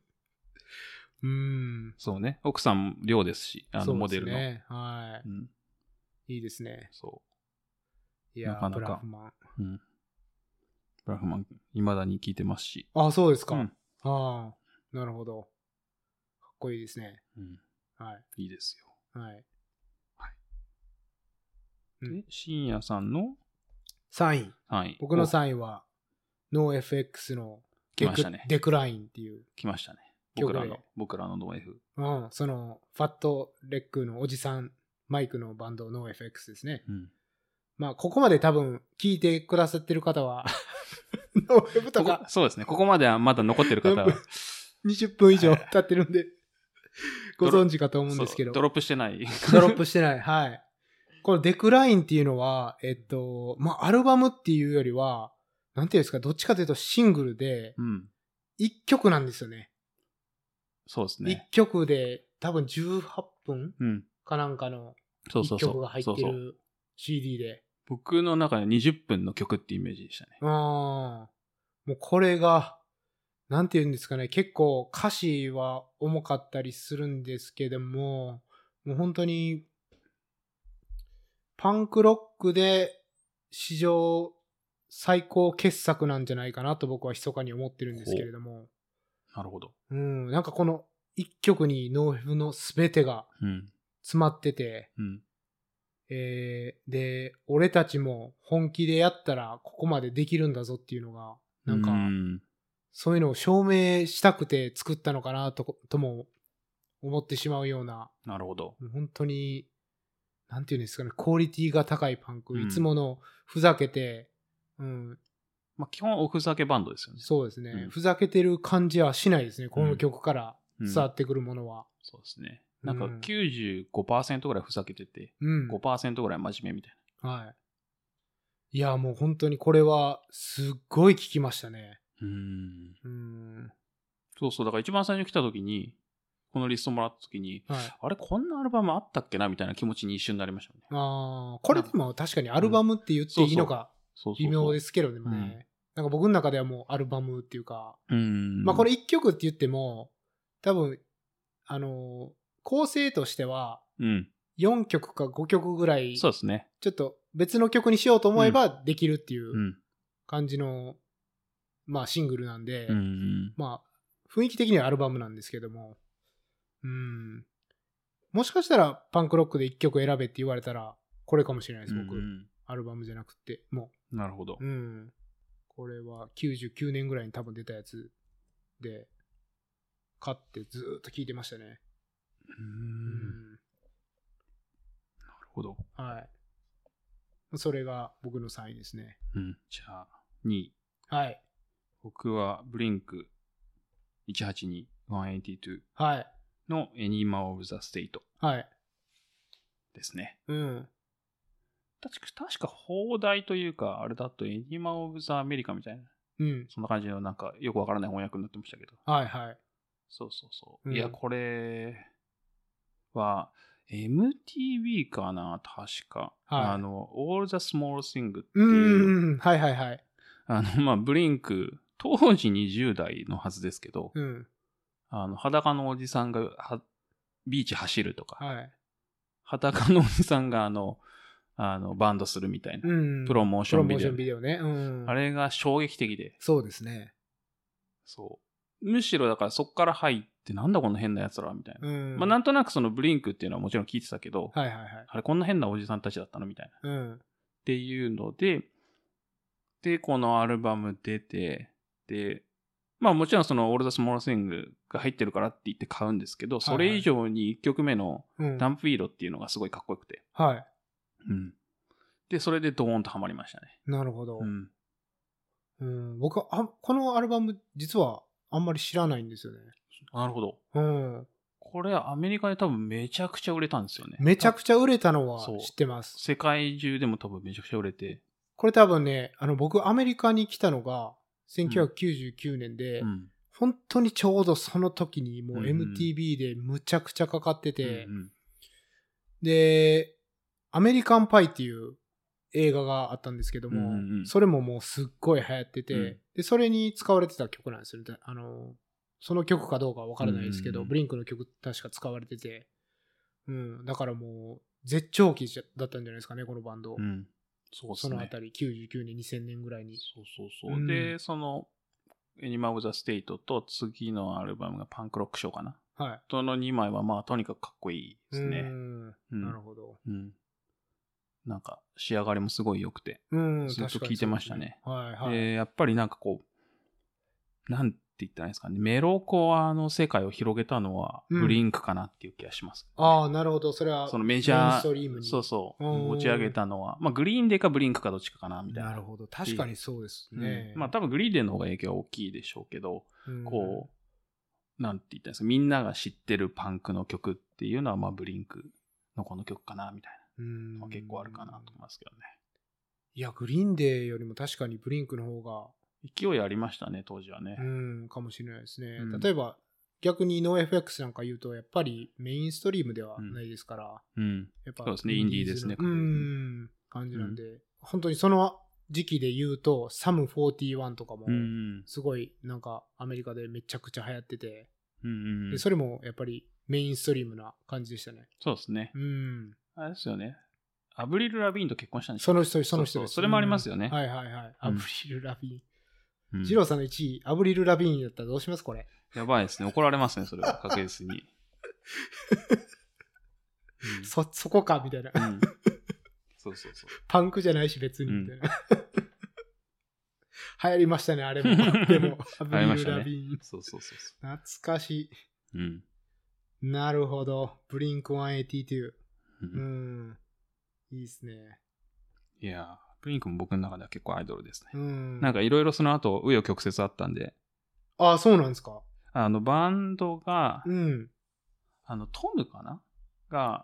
そうね。奥さん、寮ですし、モデルの。
はい。いいですね。
そう。
いや、
なかなか。
ブラフマン。
ブラフマン、未だに聞いてますし。
あ、そうですか。ああ、なるほど。かっこいいですね。 はい。
いいですよ。
はい。
で、深夜さんの
3位。
はい。
僕の3位は、NoFX のデクラインっていう。
来ましたね。僕らのNoF。
その、ファットレックのおじさん、マイクのバンド NoFX ですね。まあ、ここまで多分聞いてくださってる方はNoF とか。
そうですね。ここまではまだ残ってる方は。
20分以上経ってるんで、ご存知かと思うんですけど。
ドロップしてない。
ドロップしてない。はい。このデクラインっていうのは、まあ、アルバムっていうよりは、なんていうんですか、どっちかというとシングルで、1曲なんですよね。
そうですね。
1曲で多分18分かなんかの1曲が入ってる CD で。
僕の中で20分の曲ってイメージでしたね。
もうこれが、なんていうんですかね、結構歌詞は重かったりするんですけども、もう本当に、パンクロックで史上最高傑作なんじゃないかなと僕は密かに思ってるんですけれども。
なるほど。
なんかこの一曲にNoFXの全てが詰まってて、で、俺たちも本気でやったらここまでできるんだぞっていうのが、なんか、そういうのを証明したくて作ったのかなとも思ってしまうような。
なるほど。
本当に、なんていうんですかね、クオリティが高いパンク。いつものふざけて、
まあ基本おふざけバンドですよね。
そうですね。ふざけてる感じはしないですね。この曲から伝わってくるものは。
そうですね。なんか 95% ぐらいふざけてて、5% ぐらい真面目みたい
な。はい。いや、もう本当にこれはすっごい聞きましたね。
そうそう。だから一番最初に来た時に、このリストもらった時に、あれこんなアルバムあったっけなみたいな気持ちに一瞬になりましたね。
これでも確かにアルバムって言っていいのか微妙ですけどね。なんか僕の中ではもうアルバムっていうか、まあこれ1曲って言っても、多分、構成としては、4曲か5曲ぐらい、
そうですね。
ちょっと別の曲にしようと思えばできるっていう感じの、まあシングルなんで、まあ雰囲気的にはアルバムなんですけども、もしかしたらパンクロックで1曲選べって言われたら、これかもしれないです、僕。アルバムじゃなくて、も
う。なるほど。
これは99年ぐらいに多分出たやつで、買ってずーっと聴いてましたね。
ほど。
はい。それが僕の3位ですね。
じゃあ、2位。
はい。
僕は、ブリンク182、182の Enema of the State ですね。確か放題というか、あれだと Enema of the America みたいな。そんな感じのなんかよくわからない翻訳になってましたけど。
はいはい。
そう。いや、これは MTV かな、確か。All the Small Thing っていう。
はいはいはい。
ブリンク、当時20代のはずですけど、裸のおじさんがビーチ走るとか、裸のおじさんがバンドするみたいな、プロモーションビデオね。あれが衝撃的で。
そうですね。
むしろだからそっから入って、なんだこの変な奴らみたいな。なんとなくそのブリンクっていうのはもちろん聞いてたけど、あれこんな変なおじさんたちだったのみたいな。っていうので、このアルバム出て、で、もちろんその All the Small Thing が入ってるからって言って買うんですけど、それ以上に1曲目のダンプイーロっていうのがすごいかっこよくて。で、それでドーンとハマりましたね。
なるほど。僕はこのアルバム実はあんまり知らないんですよね。
なるほど。これアメリカで多分めちゃくちゃ売れたんですよね。
めちゃくちゃ売れたのは知ってます。
世界中でも多分めちゃくちゃ売れて。
これ多分ね、僕アメリカに来たのが1999年で、本当にちょうどその時にもう MTV でむちゃくちゃかかってて、で、アメリカンパイっていう映画があったんですけども、それももうすっごい流行ってて、で、それに使われてた曲なんですよね。その曲かどうかはわからないですけど、ブリンクの曲確か使われてて、だからもう絶頂期だったんじゃないですかね、このバンド。
そうですね。
そのあたり、99年、2000年ぐらいに。
そう。で、その、Enema of the State と次のアルバムがパンクロックショーかな。その2枚はとにかくかっこいいですね。
なるほど。
なんか仕上がりもすごい良くて、ずっと聴いてましたね。で、やっぱりなんかこう、なんて言ったらいいんですかね、メロコアの世界を広げたのはブリンクかなっていう気がします、ね。
なるほど。それは
そのメジャー、持ち上げたのは、グリーンデーかブリンクかどっちかかなみたいな。
なるほど。確かにそうですね。
多分グリーンデーの方が影響は大きいでしょうけど、こう、なんて言ったんですか、みんなが知ってるパンクの曲っていうのはブリンクのこの曲かなみたいな。結構あるかなと思いますけどね。
いや、グリーンデーよりも確かにブリンクの方が
勢いありましたね、当時はね。
かもしれないですね。例えば、逆に NoFX なんか言うと、やっぱりメインストリームではないですから、
やっぱそうですね、インディーですね。
感じなんで、本当にその時期で言うと、サム41とかも、すごいなんかアメリカでめちゃくちゃ流行ってて、でそれもやっぱりメインストリームな感じでしたね。
そうですね。あれですよね。アブリル・ラビーンと結婚したんです
か？その人です。
それもありますよね。
アブリル・ラビーン。ジローさんの1位、アブリル・ラビーンだったらどうしますこれ？
やばいですね。怒られますね、それは。確実に。
そこか、みたいな。
そう。
パンクじゃないし、別に、みたいな。流行りましたね、あれも。でも、アブリル・ラビーン。
そう。
懐かしい。なるほど。ブリンク182。いいですね。
いやブリンクも僕の中では結構アイドルですね。なんかいろいろその後、紆余曲折あったんで。
ああ、そうなんですか。
バンドが、トムかなが、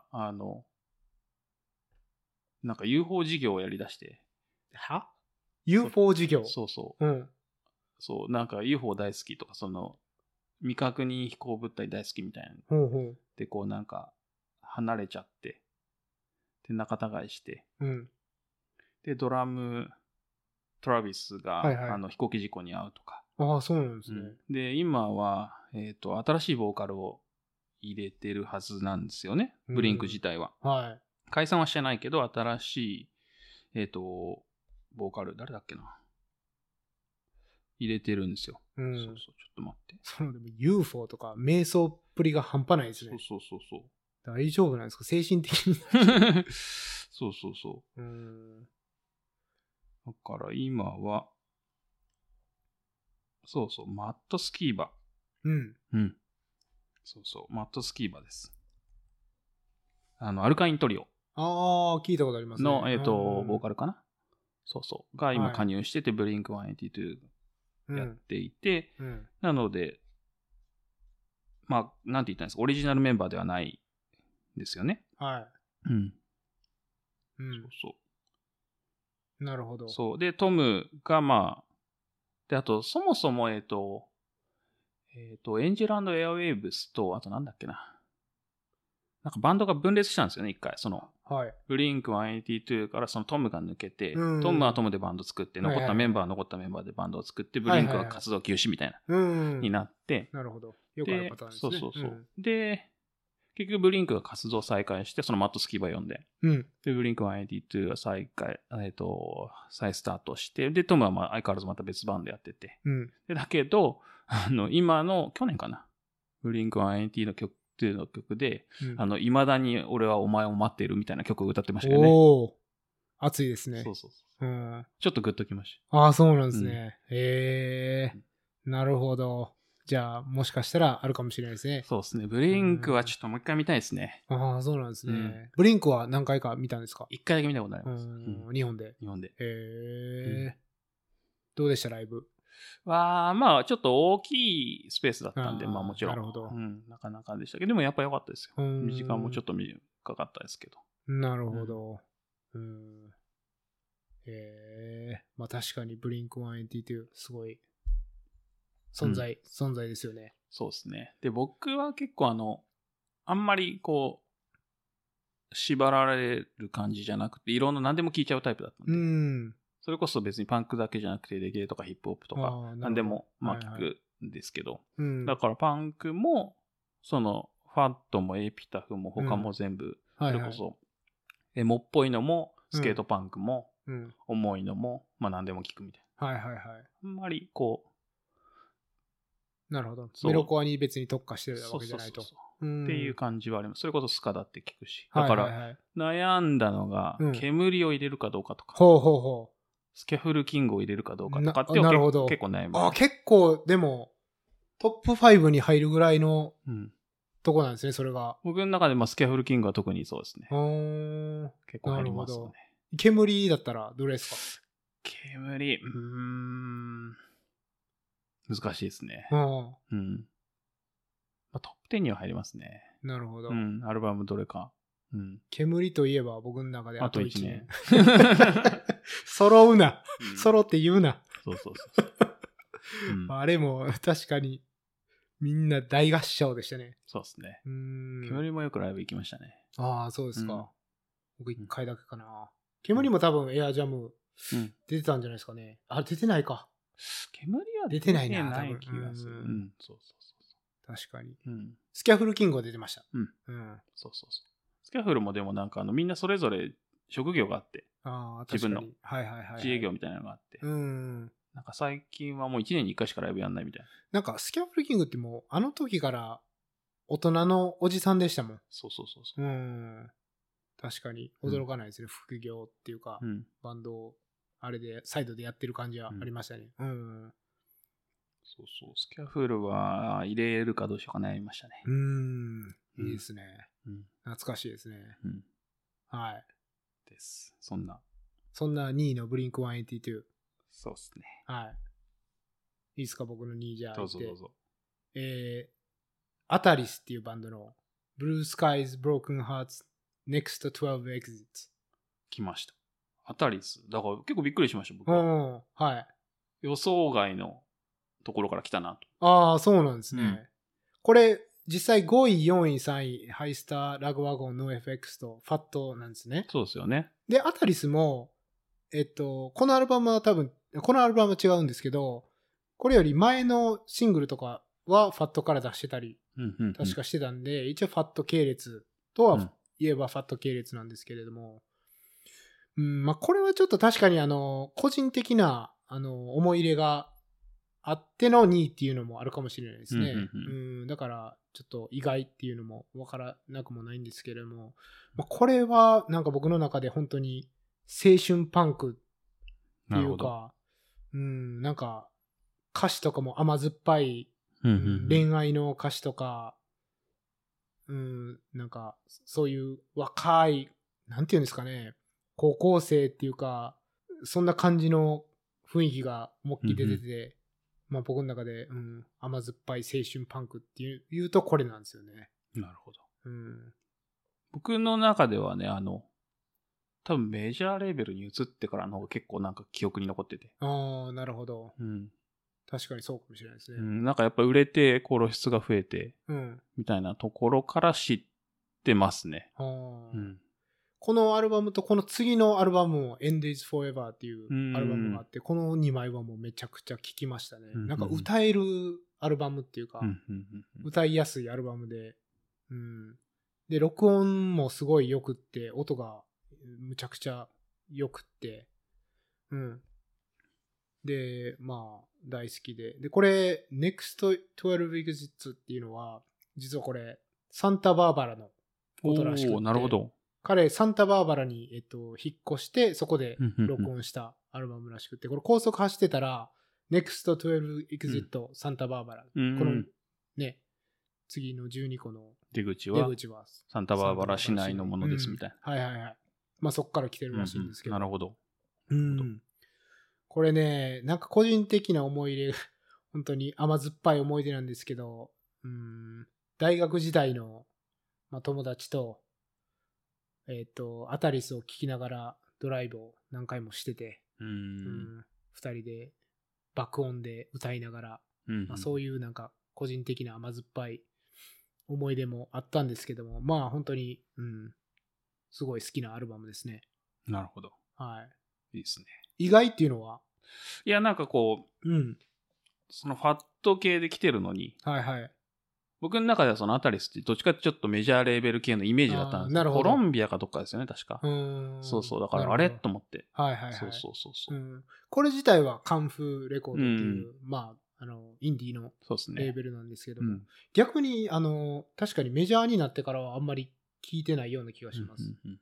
なんか UFO 事業をやり出して。
は？ UFO 事業？
そう。そう、なんか UFO 大好きとか、その、未確認飛行物体大好きみたいな。で、こうなんか、離れちゃって、で、仲違いして、で、ドラム、トラビスが、飛行機事故に遭うとか。
ああ、そうなんですね。
で、今は、新しいボーカルを入れてるはずなんですよね。ブリンク自体は。解散はしてないけど、新しい、ボーカル、誰だっけな。入れてるんですよ。そう、ちょっと待って。
でも UFO とか、瞑想っぷりが半端ないですね。
そう。
大丈夫なんですか？精神的に。
そう。だから今は、そう、マットスキーバ。そう、マットスキーバです。アルカイントリオ。
ああ、聞いたことありますね。
の、ボーカルかな、そうそう。が今加入してて、ブリンク182やっていて、なので、まあ、なんて言ったんですか、オリジナルメンバーではないんですよね。
はい。
そうそう。
なるほど。
そう。で、トムがまあ、で、あと、そもそも、エンジェル&エアウェーブスと、あとなんだっけな。なんかバンドが分裂したんですよね、一回。その、ブリンク182からそのトムが抜けて、トムはトムでバンド作って、残ったメンバーでバンドを作って、ブリンクは活動休止みたいな、になって、
なるほど。よくあるパターンですね。
そう。で、結局ブリンクが活動再開して、そのマット・スキーバ呼んで、で、ブリンク182が再スタートして、で、トムはまあ相変わらずまた別バンドやってて、でだけど、今の、去年かな、ブリンク182の曲っていうの曲で、未だに俺はお前を待っているみたいな曲を歌ってましたよね。
おー、熱いですね。
そう。ちょっとグッときました。
ああ、そうなんですね。なるほど。じゃあ、もしかしたらあるかもしれないですね。
そうですね。ブリンクはちょっともう一回見たいですね。
ああ、そうなんですね。ブリンクは何回か見たんですか？
一回だけ見たことあります。
日本で。どうでしたライブ
は、まあ、ちょっと大きいスペースだったんで、まあもちろん。
なるほど。
なかなかでしたけど、でもやっぱ良かったですよ。時間もちょっと短かったですけど。
なるほど。まあ確かにブリンク182すごい存在ですよね。
そうですね。で、僕は結構あんまりこう、縛られる感じじゃなくて、いろんな何でも聞いちゃうタイプだったんで。それこそ別にパンクだけじゃなくて、レゲエとかヒップホップとか、何でもまあ聞くんですけど。だからパンクも、その、ファットもエピタフも他も全部、それこそ、エモっぽいのも、スケートパンクも、重いのも、まあ何でも聞くみたいな。あんまりこ
う、なるほど。メロコアに別に特化してるわけじゃないと。
っていう感じはあります。それこそスカだって聞くし。だから、悩んだのが、煙を入れるかどうかとか。スキャフルキングを入れるかどうかとかって結構悩む。
結構、でも、トップ5に入るぐらいのとこなんですね、それが。
僕の中でスキャフルキングは特にそうですね。結構入りますね。
煙だったらどれですか？
煙、難しいですね。トップ10には入りますね。
なるほど。
アルバムどれか。
煙といえば僕の中であと1年。揃うな。揃って言うな。
そう。
あれも確かにみんな大合唱でしたね。
そうですね。煙もよくライブ行きましたね。
ああ、そうですか。僕1回だけかな。煙も多分エアジャム出てたんじゃないですかね。あ、出てないか。
煙は
出てないな、
多分。気がする。そう。
確かに。スキャフルキングは出てました。
そう。スキャフルもでもなんかみんなそれぞれ職業があって、自分の自営業みたいなのがあって、なんか最近はもう1年に1回しかライブやんないみたいな。
なんかスキャフルキングってもうあの時から大人のおじさんでしたもん。
そう。
確かに驚かないですね。副業っていうか、バンドをあれでサイドでやってる感じはありましたね。
そう。スキャフルは入れるかどうしようか悩みましたね。
いいですね。懐かしいですね。はい。
です。そんな
2位のブリンク182。
そうですね。
はい。いいですか、僕の2位じゃあ。
どうぞ。
アタリスっていうバンドの Blue Skies Broken Hearts Next 12 Exits。
来ました。アタリス。だから結構びっくりしました、僕
は。はい。
予想外のところから来たな
と。ああ、そうなんですね。これ、実際5位、4位、3位、ハイスター、ラグワゴン、NoFX とファットなんですね。
そうですよね。
で、アタリスも、このアルバムは違うんですけど、これより前のシングルとかはファットから出してたり、確かしてたんで、一応ファット系列とは言えばファット系列なんですけれども、まあ、これはちょっと確かに個人的な、思い入れがあっての2位っていうのもあるかもしれないですね。だから、ちょっと意外っていうのもわからなくもないんですけれども、まあ、これはなんか僕の中で本当に青春パンクっていうか、なんか歌詞とかも甘酸っぱい、恋愛の歌詞とか、なんかそういう若いなんていうんですかね、高校生っていうか、そんな感じの雰囲気が思いっきり出てて、まあ僕の中で、甘酸っぱい青春パンクっていうとこれなんですよね。
なるほど。
うん、
僕の中ではね、多分メジャーレーベルに移ってからの方が結構なんか記憶に残ってて。
ああ、なるほど。
うん。
確かにそうかもしれないですね。
なんかやっぱ売れて、露出が増えて、
うん。
みたいなところから知ってますね。
うん、このアルバムとこの次のアルバムも End is Forever っていうアルバムがあって、この2枚はもうめちゃくちゃ聴きましたね。なんか歌えるアルバムっていうか、歌いやすいアルバムで、で、録音もすごい良くって、音がむちゃくちゃ良くって、で、まあ、大好きで。で、これ、Next 12 Exits っていうのは、実はこれ、サンタバーバラのことらしくて。
なるほど。
彼、サンタバーバラに、引っ越して、そこで録音したアルバムらしくて、これ高速走ってたら、Next 12 Exit サンタバーバラ。このね、次の12個の
出口はサンタバーバラ市内のものですみたいな。
はいはいはい。まあそこから来てるらしいんですけど。
なるほど。
これね、なんか個人的な思い出、本当に甘酸っぱい思い出なんですけど、大学時代の、友達と、アタリスを聴きながらドライブを何回もしてて、二人で爆音で歌いながら、そういうなんか個人的な甘酸っぱい思い出もあったんですけども、まあ本当に、すごい好きなアルバムですね。
なるほど。
はい。
いいですね。
意外っていうのは？
いや、なんかこう、そのファット系で来てるのに、
はいはい。
僕の中ではそのアタリスってどっちかってちょっとメジャーレーベル系のイメージだったんですけど、コロンビアかどっかですよね、確か。そうそう。だからあれと思って。
はいはいはい。
そうそうそう。
これ自体はカンフーレコードっていう、インディーのレーベルなんですけども、逆に、確かにメジャーになってからはあんまり聞いてないような気がします。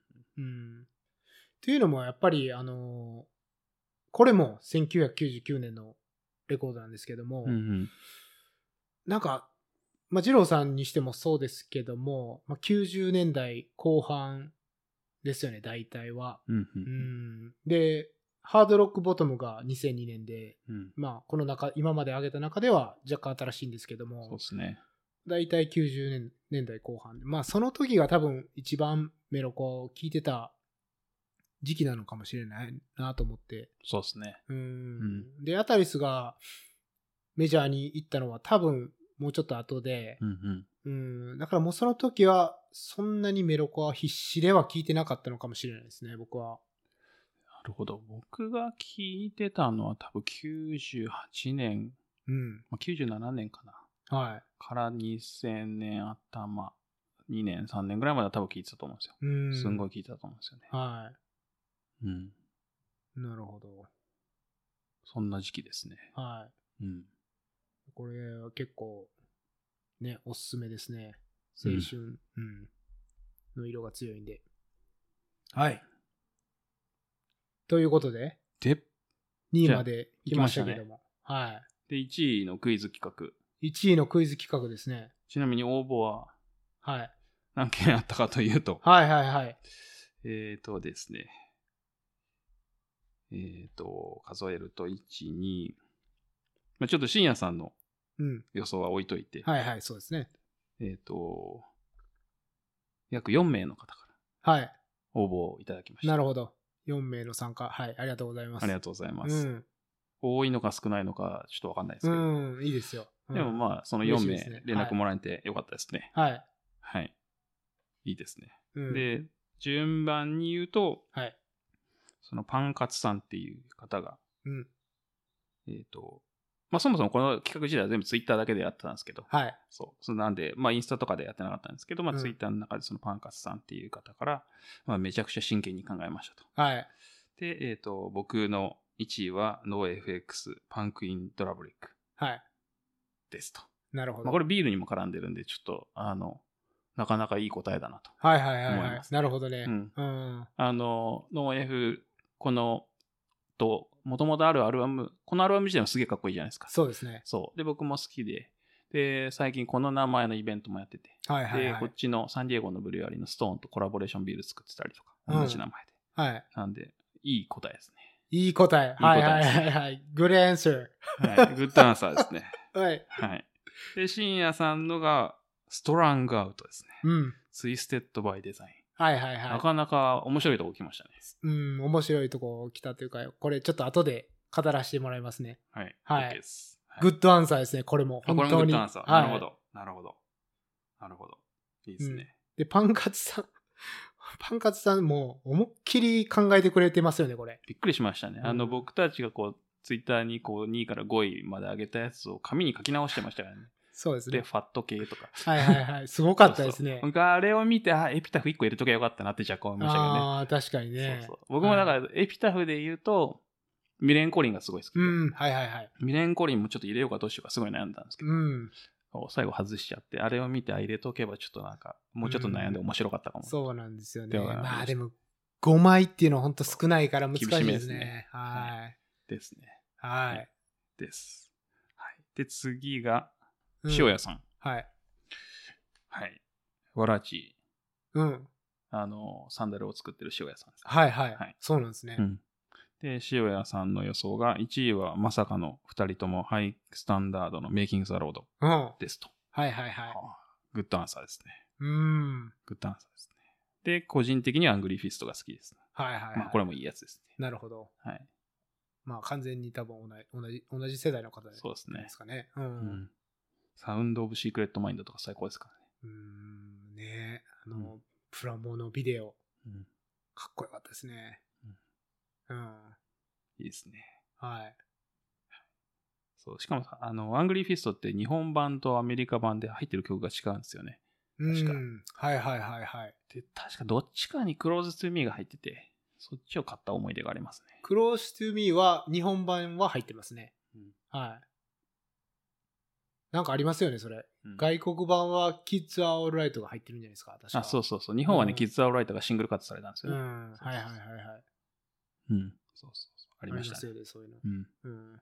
というのも、やっぱり、これも1999年のレコードなんですけども、なんか、二郎さんにしてもそうですけども、90年代後半ですよね、大体は。で、ハードロックボトムが2002年で、この今まで上げた中では若干新しいんですけども、
そうですね。
大体90年代後半で、その時が多分一番メロコを聴いてた時期なのかもしれないなと思って。
そうですね。
で、アタリスがメジャーに行ったのは多分もうちょっと後で、だからもうその時はそんなにメロコは必死では聴いてなかったのかもしれないですね、僕は。
なるほど。僕が聴いてたのは多分98年、97年かな。
はい。
から2000年頭、2年、3年ぐらいまでは多分聴いてたと思うんですよ。すんごい聴いてたと思うんですよね。
はい。なるほど。
そんな時期ですね。
はい。これは結構、ね、おすすめですね。青春、の色が強いんで。はい。ということで、
2
位まで来ましたけども。はい。
で、1位のクイズ企画。
1位のクイズ企画ですね。
ちなみに応募は、
はい。
何件あったかというと。
はいはいはい。
ですね。数えると、1、2、ちょっと深夜さんの予想は置いといて。
はいはい、そうですね。
約4名の方か
ら、はい。
応募をいただきました。
なるほど。4名の参加。はい、ありがとうございます。
ありがとうございます。多いのか少ないのか、ちょっとわかんないですけど。
いいですよ。
でもその4名連絡もらえてよかったですね。
はい。
はい。いいですね。で、順番に言うと、
はい。
そのパンカツさんっていう方が、そもそもこの企画自体は全部ツイッターだけでやってたんですけど、
はい。
そうなんで、インスタとかでやってなかったんですけど、ツイッターの中でそのパンカツさんっていう方から、めちゃくちゃ真剣に考えましたと。
はい。
で、僕の1位は NoFX パンクインドラブリック。
はい。
ですと。
なるほど。
これビールにも絡んでるんで、ちょっと、なかなかいい答えだなと。
はいはいはいはい。なるほどね。
NoF、この、もともとあるアルバム、このアルバム自体もすげえかっこいいじゃないですか。
そうですね。
そう。で、僕も好きで、 で、最近この名前のイベントもやってて。
はいはいはい。
で、こっちのサンディエゴのブリュワリーのストーンとコラボレーションビール作ってたりとか、同じ名前で。
はい。
なんで、いい答えですね。
いい答え。はいはいはいはい。Good answer。
はい。グッドアンサーですね。
はい。
はい。で、深夜さんのが、ストラングアウトですね。
うん。
ツイステッドバイデザイン。
はいはいはい。
なかなか面白いとこ来ましたね。
うん、面白いとこ来たというか、これちょっと後で語らせてもらいますね。
はい。
はい。
OK です。
グッドアンサーですね、これも。本当に。
これもグッドアンサー。なるほど。なるほど。なるほど。いいですね。
で、パンカツさんも思いっきり考えてくれてますよね、これ。
びっくりしましたね。僕たちがこう、ツイッターにこう2位から5位まで上げたやつを紙に書き直してましたからね。
そうですね。
で、ファット系とか。
はいはいはい。すごかったですね。
僕あれを見て、エピタフ1個入れとけばよかったなって若干思いましたけどね。
ああ、確かにね。
そうそう。僕もだから、エピタフで言うと、ミレンコリンがすごい好きで。
うん、はいはいはい。
ミレンコリンもちょっと入れようかどうしようかすごい悩んだんですけど。
うん。
最後外しちゃって、あれを見て入れとけばちょっとなんか、もうちょっと悩んで面白かったかも。
そうなんですよね。
ま
あでも、5枚っていうのは本当少ないから難しいですね。はい。
ですね。
はい。
です。はい。で、次が、塩屋さん。
はい。
はい。わらち。
うん。
サンダルを作ってる塩屋さんです。
はいはい。そうなんですね。
で、塩屋さんの予想が、1位はまさかの2人ともハイスタンダードのメイキングザロードですと。
はいはいはい。
グッドアンサーですね。
グ
ッドアンサーですね。で、個人的にはアングリーフィストが好きです。
はいはい。
まあ、これもいいやつですね。
なるほど。
はい。
まあ、完全に多分同じ世代の方ですかね。
サウンドオブシークレットマインドとか最高ですからね。
ねプラモのビデオ。かっこよかったですね。
いいですね。
はい。
そう、しかもアングリーフィストって日本版とアメリカ版で入ってる曲が違うんですよね。確か。
はいはいはいはい。
で、確かどっちかにクローズトゥーミーが入ってて、そっちを買った思い出がありますね。
クローズトゥーミーは日本版は入ってますね。はい。なんかありますよね、それ。外国版はキッズ・アオールライトが入ってるんじゃないですか、確か。
そうそうそう。日本はね、キッズ・アオールライトがシングルカットされたんですよね。
はいはいはいはい。
そうそうそう。ありましたね。
そういうの。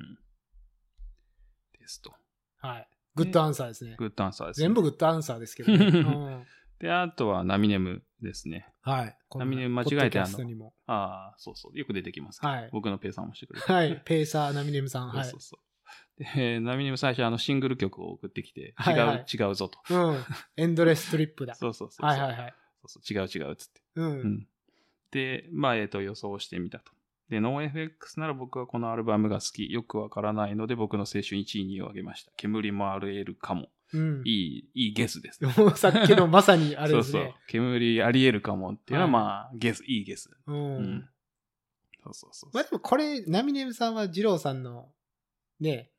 ですと。
はい。グッドアンサーですね。
グッドアンサーです。
全部グッドアンサーですけどね。
で、あとはナミネムですね。
はい。
ナミネム間違えてそうそう。よく出てきます。はい。僕のペーサーもしてくれて。
はい。ペーサーナミネムさん。はい。
そうそう。で、ナミネム最初シングル曲を送ってきて、違うぞと。
エンドレストリップだ。
そうそうそう。
はいはいはい。
違うっつって。で、予想してみたと。で、NoFX なら僕はこのアルバムが好き。よくわからないので僕の青春1位、2位を挙げました。煙も RL かも。いいゲスですね。
さっきのまさにあれですね。そうそう。
煙あり得るかもっていうのはいいゲス。そう。
まあでもこれ、ナミネムさんは二郎さんのね、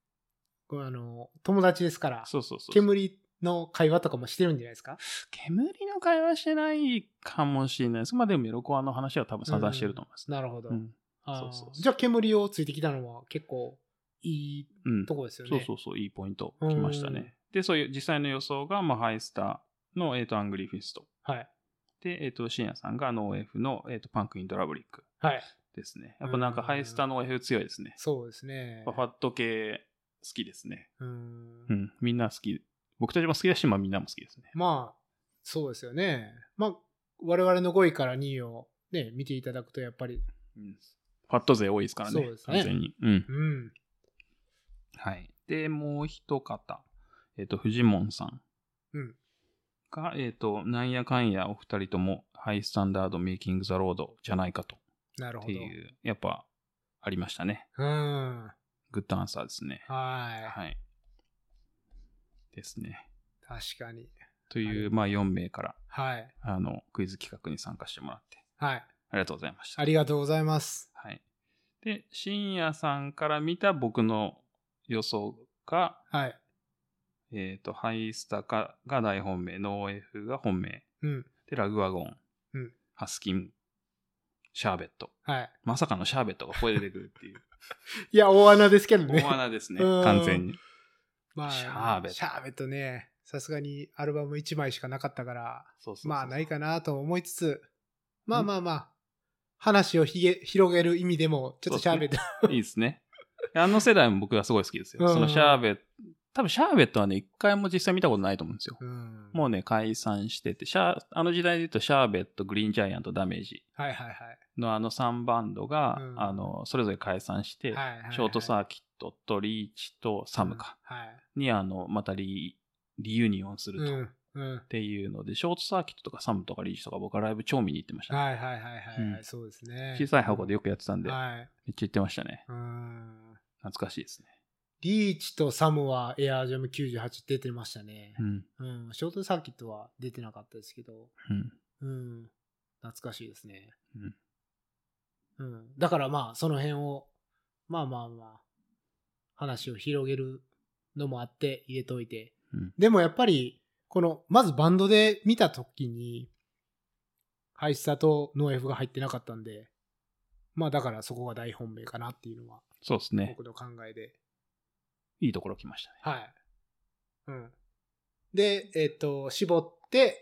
友達ですから、
そう。
煙の会話とかもしてるんじゃないですか？
煙の会話してないかもしれないです。まあでもメロコアの話は多分散々してると思います。
なるほど。じゃあ煙をついてきたのは結構いいとこですよね。
そう、いいポイント来ましたね。で、そういう実際の予想が、ハイスターの、アングリーフィスト。
はい。
で、深夜さんがノー F の、パンクインドラブリック。
はい。
ですね。やっぱなんかハイスターの F 強いですね。
そうですね。
ファット系好きですね。みんな好き。僕たちも好きだし、みんなも好きですね。
まあ、そうですよね。我々の5位から2位をね、見ていただくとやっぱり。
ファット勢多いですからね。
そうですね。
完全に。はい。で、もう一方。フジモンさん。が、なんやかんやお二人ともハイスタンダードメイキングザロードじゃないかと。
なるほど。
っていう、やっぱ、ありましたね。グッドアンサーですね。はい。ですね。
確かに。
という、4名から、
はい。
クイズ企画に参加してもらって。
はい。
ありがとうございました。
ありがとうございます。
はい。で、深夜さんから見た僕の予想が、
はい。
ハイスタが大本命、ノー F が本命。で、ラグワゴン。ハスキン。シャーベット。
はい。
まさかのシャーベットがここで出てくるっていう。
いや、大穴ですけどね。
大穴ですね。完全に。
シャーベットね。さすがにアルバム1枚しかなかったから、ないかなと思いつつ、話を広げる意味でも、ちょっとシャーベット。
いいですね。世代も僕はすごい好きですよ。そのシャーベット、 多分シャーベットはね、一回も実際見たことないと思うんですよ。
うん、
もうね、解散してて、あの時代で言うとシャーベット、グリーンジャイアント、ダメージ
はいはいはい。
の3バンドが、
うん
それぞれ解散して、
はいはいはい、
ショートサーキットとリーチとサムか、
はい、
にまたリユニオンすると。っていうので、ショートサーキットとかサムとかリーチとか僕はライブ超見に行ってましたね。
はいはいはいはい、はい、そうですね。
小さい箱でよくやってたんで、
はい、
めっちゃ行ってましたね。懐かしいですね。リ
ーチとサムはエアージャム98出てましたね。ショートサーキットは出てなかったですけど、懐かしいですね。だからまあ、その辺を、まあ、話を広げるのもあって入れといて。でもやっぱり、まずバンドで見たときに、ハイスタとノーエフが入ってなかったんで、まあだからそこが大本命かなっていうのは、
そうですね。
僕の考えで。
いいところ来ましたね。
はい。で、絞って、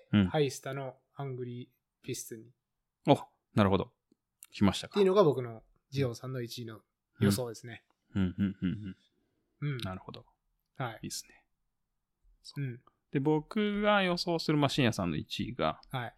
ハイスタのハングリーピストンに。
お、なるほど。来ましたか。
っていうのが僕のジオンさんの1位の予想ですね。
なるほど。
はい。
いいですね。で、僕が予想する深夜さんの1位が、
はい。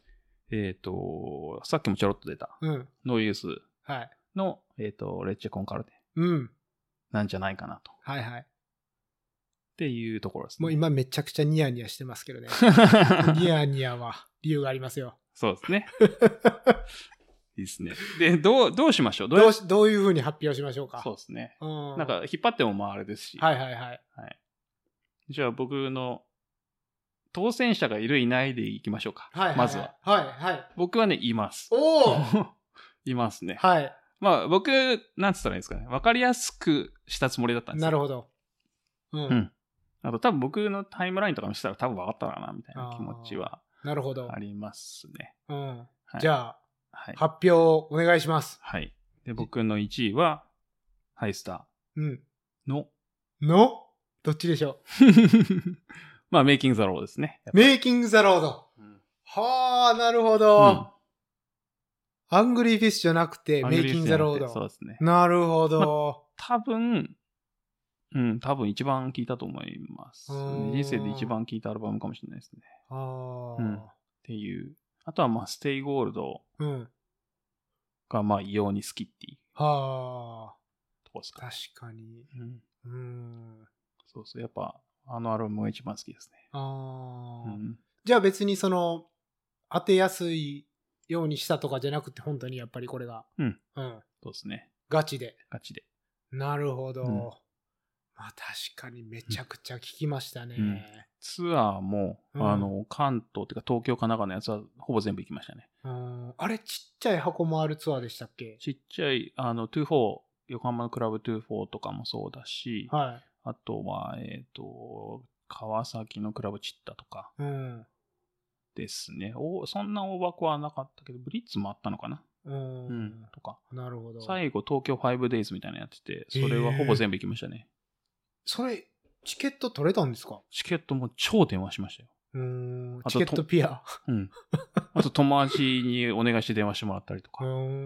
さっきもちょろっと出た、ノーユースの、レッチェコンカルテ。なんじゃないかなと。はいはい。っていうところですね。
もう今めちゃくちゃニヤニヤしてますけどね。ニヤニヤは理由がありますよ。
そうですね。いいですね。で、どうしましょう。
どういうふうに発表しましょうか。
そうですね。なんか引っ張ってもまああれですし。
はいはいはい。
じゃあ僕の当選者がいるいないでいきましょうか。
はいはいはい、
まずは。
はいはい。
僕はね、います。
お
ーいますね。
はい。
まあ僕、なんつったらいいですかね。わかりやすくしたつもりだったんですよ。
なるほど。
あと多分僕のタイムラインとか見せたら多分分かったかなみたいな気持ちは
なるほど。
ありますね。
じゃあ、発表お願いします。
はい。で、僕の1位は、ハイスターの、
どっちでしょ
うまあ、メイキングザロードですね。
メイキングザロード。はあ、なるほど。アングリーフィッシュじゃなくて、メイキングザロード。
そうですね。
なるほど。
多分一番聴いたと思います。人生で一番聴いたアルバムかもしれないですね。っていう。あとはまあ、ステイゴールドがまあ、異様に好きっていう。とこですか。
確かに。
そうそう。やっぱ、あのアルバムが一番好きですね。
じゃあ別に当てやすいようにしたとかじゃなくて、本当にやっぱりこれが。
そうですね。
ガチで。なるほど。まあ確かにめちゃくちゃ聞きましたね。
ツアーも、関東っていうか東京、神奈川のやつはほぼ全部行きましたね。
あれちっちゃい箱もあるツアーでしたっけ？
ちっちゃい、24、横浜のクラブ24とかもそうだし、あとは、川崎のクラブチッタとかですね。そんな大箱はなかったけど、ブリッツもあったのかな。とか。
なるほど。
最後、東京 5days みたいなのやってて、それはほぼ全部行きましたね。
それ、チケット取れたんですか？
チケットも超電話しましたよ。
チケットピア。
あと友達にお願いして電話してもらったりとか。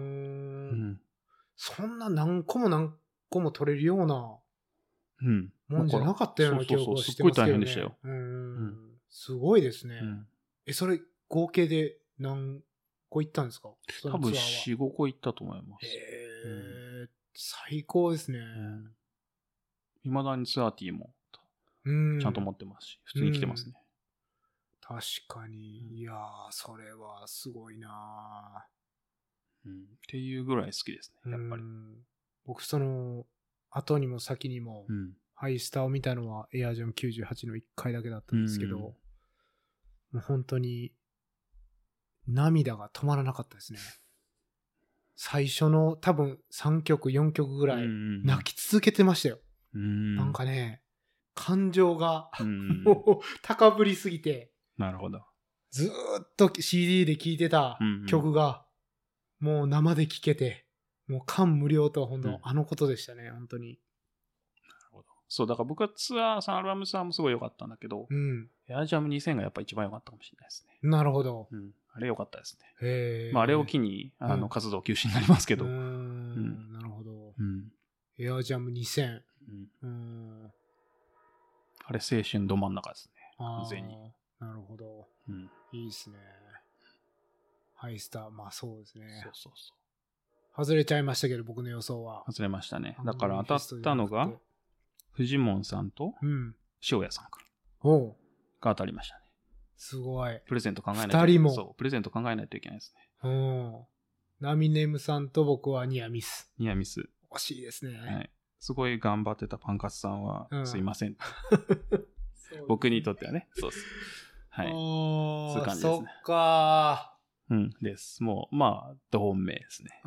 そんな何個も取れるようなもんじゃなかったような記憶をしてますけどね。すっごい大変でしたよ。すごいですね。それ合計で何個行ったんですか？
多分4、5個行ったと思います。
最高ですね。
未だにツアーティーもちゃんと持ってますし、普通に来てますね。
確かに。いやー、それはすごいな
ー。っていうぐらい好きですね、やっぱり。
僕、後にも先にも、ハイスターを見たのはエアジャム98の1回だけだったんですけど、もう本当に涙が止まらなかったですね。最初の多分3曲、4曲ぐらい泣き続けてましたよ。なんかね、感情がもう高ぶりすぎて、
なるほど。
ずーっと CD で聴いてた曲が、もう生で聴けて、もう感無量と本当、あのことでしたね、本当に。
なるほど。そう、だから僕はツアー、サンアルバムツアーもすごい良かったんだけど、エアジャム2000がやっぱ一番良かったかもしれないですね。
なるほど。
あれ良かったですね。まあ、あれを機に、活動休止になりますけど。な
るほど。エアジャム2000。
あれ青春ど真ん中ですね。完全に。
なるほど。
うん。
いいですね。ハイスター、まあそうですね。
そうそうそう。
外れちゃいましたけど、僕の予想は。
外れましたね。だから当たったのが、フジモンさんと、塩谷さんか。が当たりましたね。
すごい。
プレゼント考えないと。
2人も。
そう、プレゼント考えないといけないです
ね。ナミネムさんと僕はニアミス。
ニアミス。
惜しいですね。
はい。すごい頑張ってたパンカツさんは、すいません。僕にとってはね。そうです。はい。そういう感じですね。
そっか
です。もう、まあ、ど本命ですね。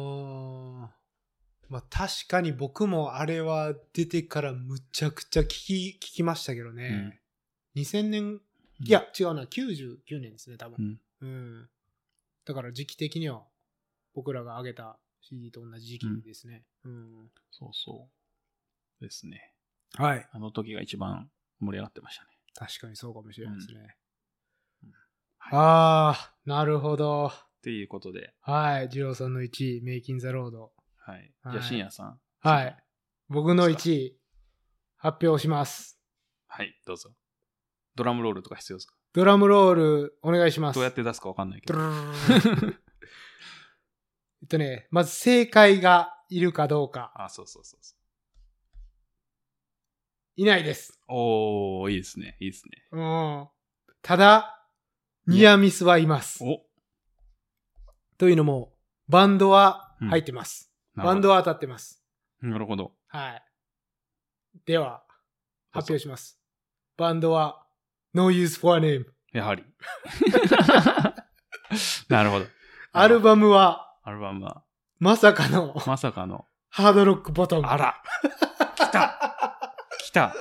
まあ確かに僕もあれは出てからむちゃくちゃ聞きましたけどね。2000年、いや、違うな、99年ですね、多分。だから時期的には僕らが上げた CD と同じ時期ですね。
そうそうですね。
はい。
あの時が一番盛り上がってましたね。
確かにそうかもしれないですね。なるほど。
ということで。
はい。二郎さんの1位、メイキンザロード。
はい。じゃあ、深夜さん。
はい。僕の1位、発表します。
はい、どうぞ。ドラムロールとか必要ですか？
ドラムロール、お願いします。
どうやって出すかわかんないけど。
まず正解がいるかどうか。
そう。
いないです。
おー、いいですね。いいですね。
ただ、ニアミスはいます。というのも、バンドは入ってます。バンドは当たってます。
なるほど。
はい。では、発表します。バンドは、No Use for a Name。
やはり。なるほど。
アルバムは、まさかの、ハードロックボトム。
あら。来た。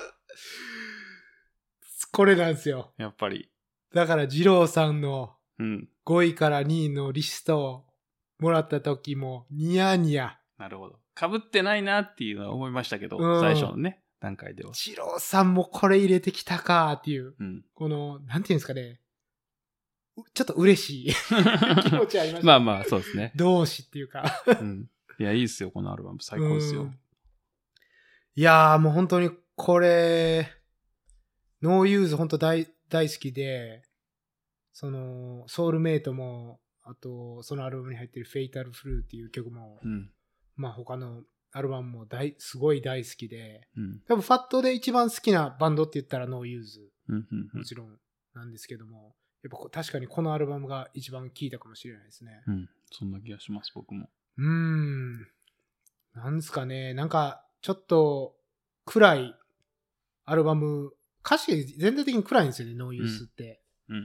これなんですよ。
やっぱり。
だから、二郎さんの5位から2位のリストをもらった時も、ニヤニヤ。
なるほど。被ってないなっていうのは思いましたけど、最初のね、段階では。
二郎さんもこれ入れてきたかっていう、この、なんていうんですかね、ちょっと嬉しい気持ちありました。
まあ、そうですね。
同志っていうか
いや、いいっすよ、このアルバム。最高ですよ。
いやー、もう本当にこれ、ノーユーズ本当大好きで、その、ソウルメイトも、あと、そのアルバムに入ってるフェイタルフルーっていう曲も、まあ他のアルバムもすごい大好きで、多分ファットで一番好きなバンドって言ったらノーユーズ、もちろんなんですけども、やっぱ確かにこのアルバムが一番聴いたかもしれないですね。
そんな気がします、僕も。
なんですかね、なんかちょっと暗いアルバム、歌詞が全体的に暗いんですよね、ノーユースって。